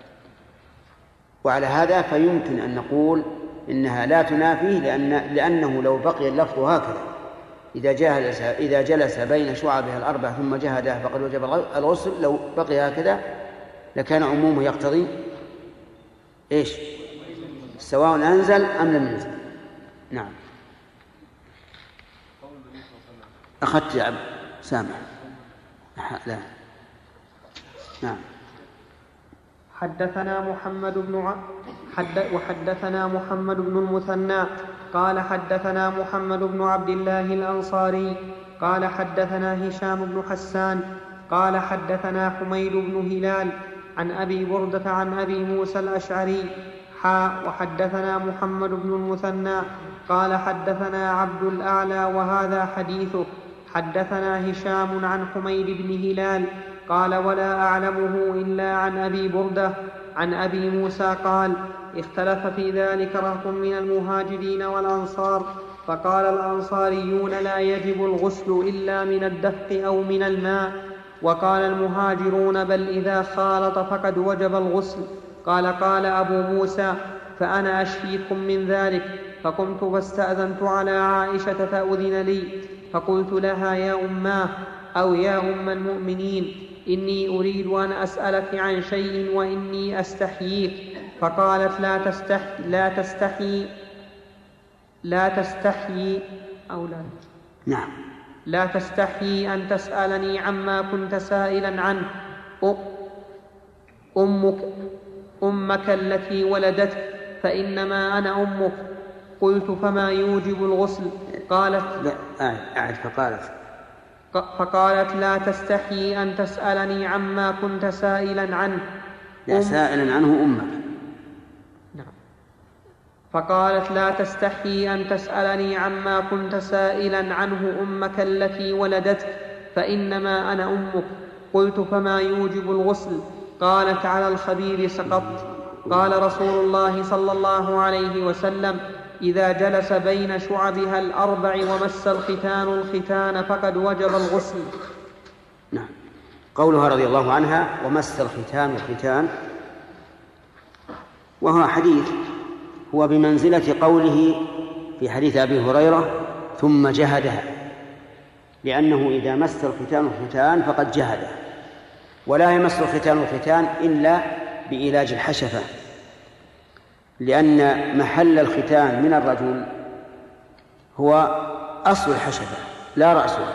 وعلى هذا فيمكن أن نقول إنها لا تنافيه، لأنه لو بقي اللفظ هكذا إذا جلس بين شعبها الأربع ثم جهدها فقد وجب الغسل، لو بقي هكذا لكان عمومه يقتضي إيش؟ سواء أنزل أم لم ينزل. نعم. أخذت يا سامح. لا. نعم. حدثنا محمد بن المثنى قال حدثنا محمد بن عبد الله الأنصاري قال حدثنا هشام بن حسان قال حدثنا حميد بن هلال عن أبي بردة عن أبي موسى الأشعري وحدثنا محمد بن المثنى قال حدثنا عبد الأعلى وهذا حديثه. حدثنا هشام عن حميد بن هلال قال ولا أعلمه إلا عن أبي بردة عن أبي موسى قال اختلف في ذلك رهط من المهاجرين والأنصار، فقال الأنصاريون لا يجب الغسل إلا من الدفق أو من الماء، وقال المهاجرون بل إذا خالط فقد وجب الغسل. قال أبو موسى فأنا أشفيكم من ذلك، فقمت فاستأذنت على عائشة فأذن لي، فقلت لها يا أماه أو يا أم المؤمنين إني أريد أن أسألك عن شيء وإني أستحييك. فقالت لا تستحيي أن تسألني عما كنت سائلا عنه، أمك التي ولدتك فإنما أنا أمك. قلت فما يوجب الغسل؟ قالت فقالت لا تستحيي أن تسألني عما كنت سائلا عنه. سائلا عنه أمك. نعم. فقالت لا تستحيي أن تسألني عما كنت سائلا عنه أمك التي ولدتك فإنما أنا أمك. قلت فما يوجب الغسل؟ قالت على الخبير سقطت. قال رسول الله صلى الله عليه وسلم إذا جلس بين شعبها الأربع ومس الختان فقد وجب الغسل. نعم. قولها رضي الله عنها ومس الختان وهو حديث هو بمنزلة قوله في حديث أبي هريرة ثم جهدها، لأنه إذا مس الختان فقد جهدها، ولا يمس الختان إلا بإيلاج الحشفة، لأن محل الختان من الرجل هو أصل الحشفة لا رأسه،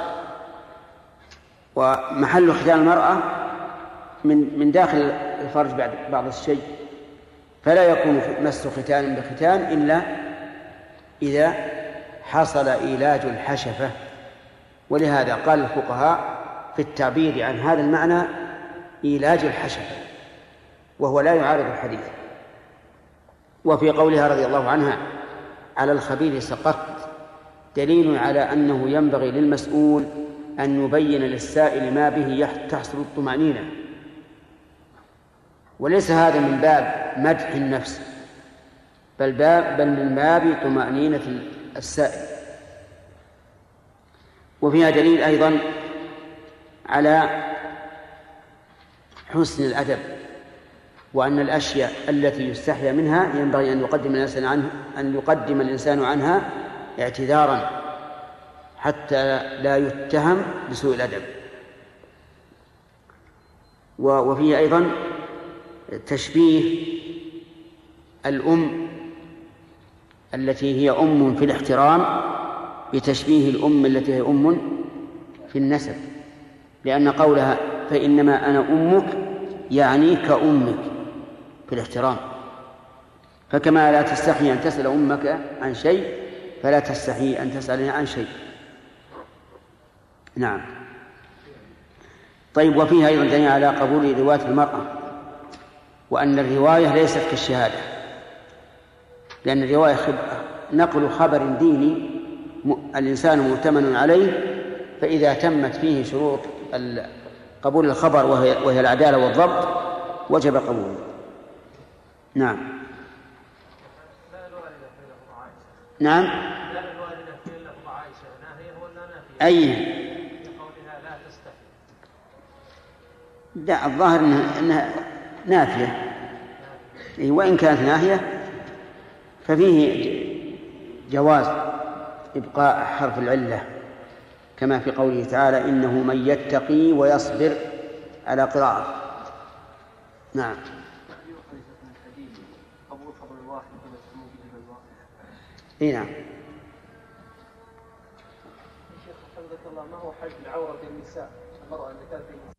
ومحل ختان المرأة من داخل الفرج بعض الشيء، فلا يكون مس ختان بختان إلا إذا حصل إيلاج الحشفة. ولهذا قال الفقهاء في التعبير عن هذا المعنى إيلاج الحشفة، وهو لا يعارض الحديث. وفي قولها رضي الله عنها على الخبير سقطت دليل على أنه ينبغي للمسؤول أن يبين للسائل ما به تحصل الطمأنينة، وليس هذا من باب مدح النفس بل من باب طمأنينة السائل. وفيها دليل أيضا على حسن الأدب، وأن الأشياء التي يستحيا منها ينبغي أن يقدم الإنسان عنها اعتذارا حتى لا يتهم بسوء الأدب. وفيه أيضا تشبيه الأم التي هي أم في الاحترام بتشبيه الأم التي هي أم في النسب، لأن قولها فإنما أنا أمك يعني كأمك في الاحترام، فكما لا تستحي أن تسأل أمك عن شيء فلا تستحي أن تسألني عن شيء. نعم. طيب. وفيها أيضا دليل على قبول رواية المرأة، وأن الرواية ليست كالشهادة، لأن الرواية نقل خبر ديني الإنسان مؤتمن عليه، فإذا تمت فيه شروط قبول الخبر وهي العدالة والضبط وجب قبوله. نعم. نعم. أي لا، الظاهر أنها نافية، وإن كانت ناهية ففيه جواز إبقاء حرف العلة كما في قوله تعالى إنه من يتقي ويصبر على قراءة. نعم. اي نعم. شيخ حفظك الله، ما هو حد العورة النساء المرأة اللي كانت في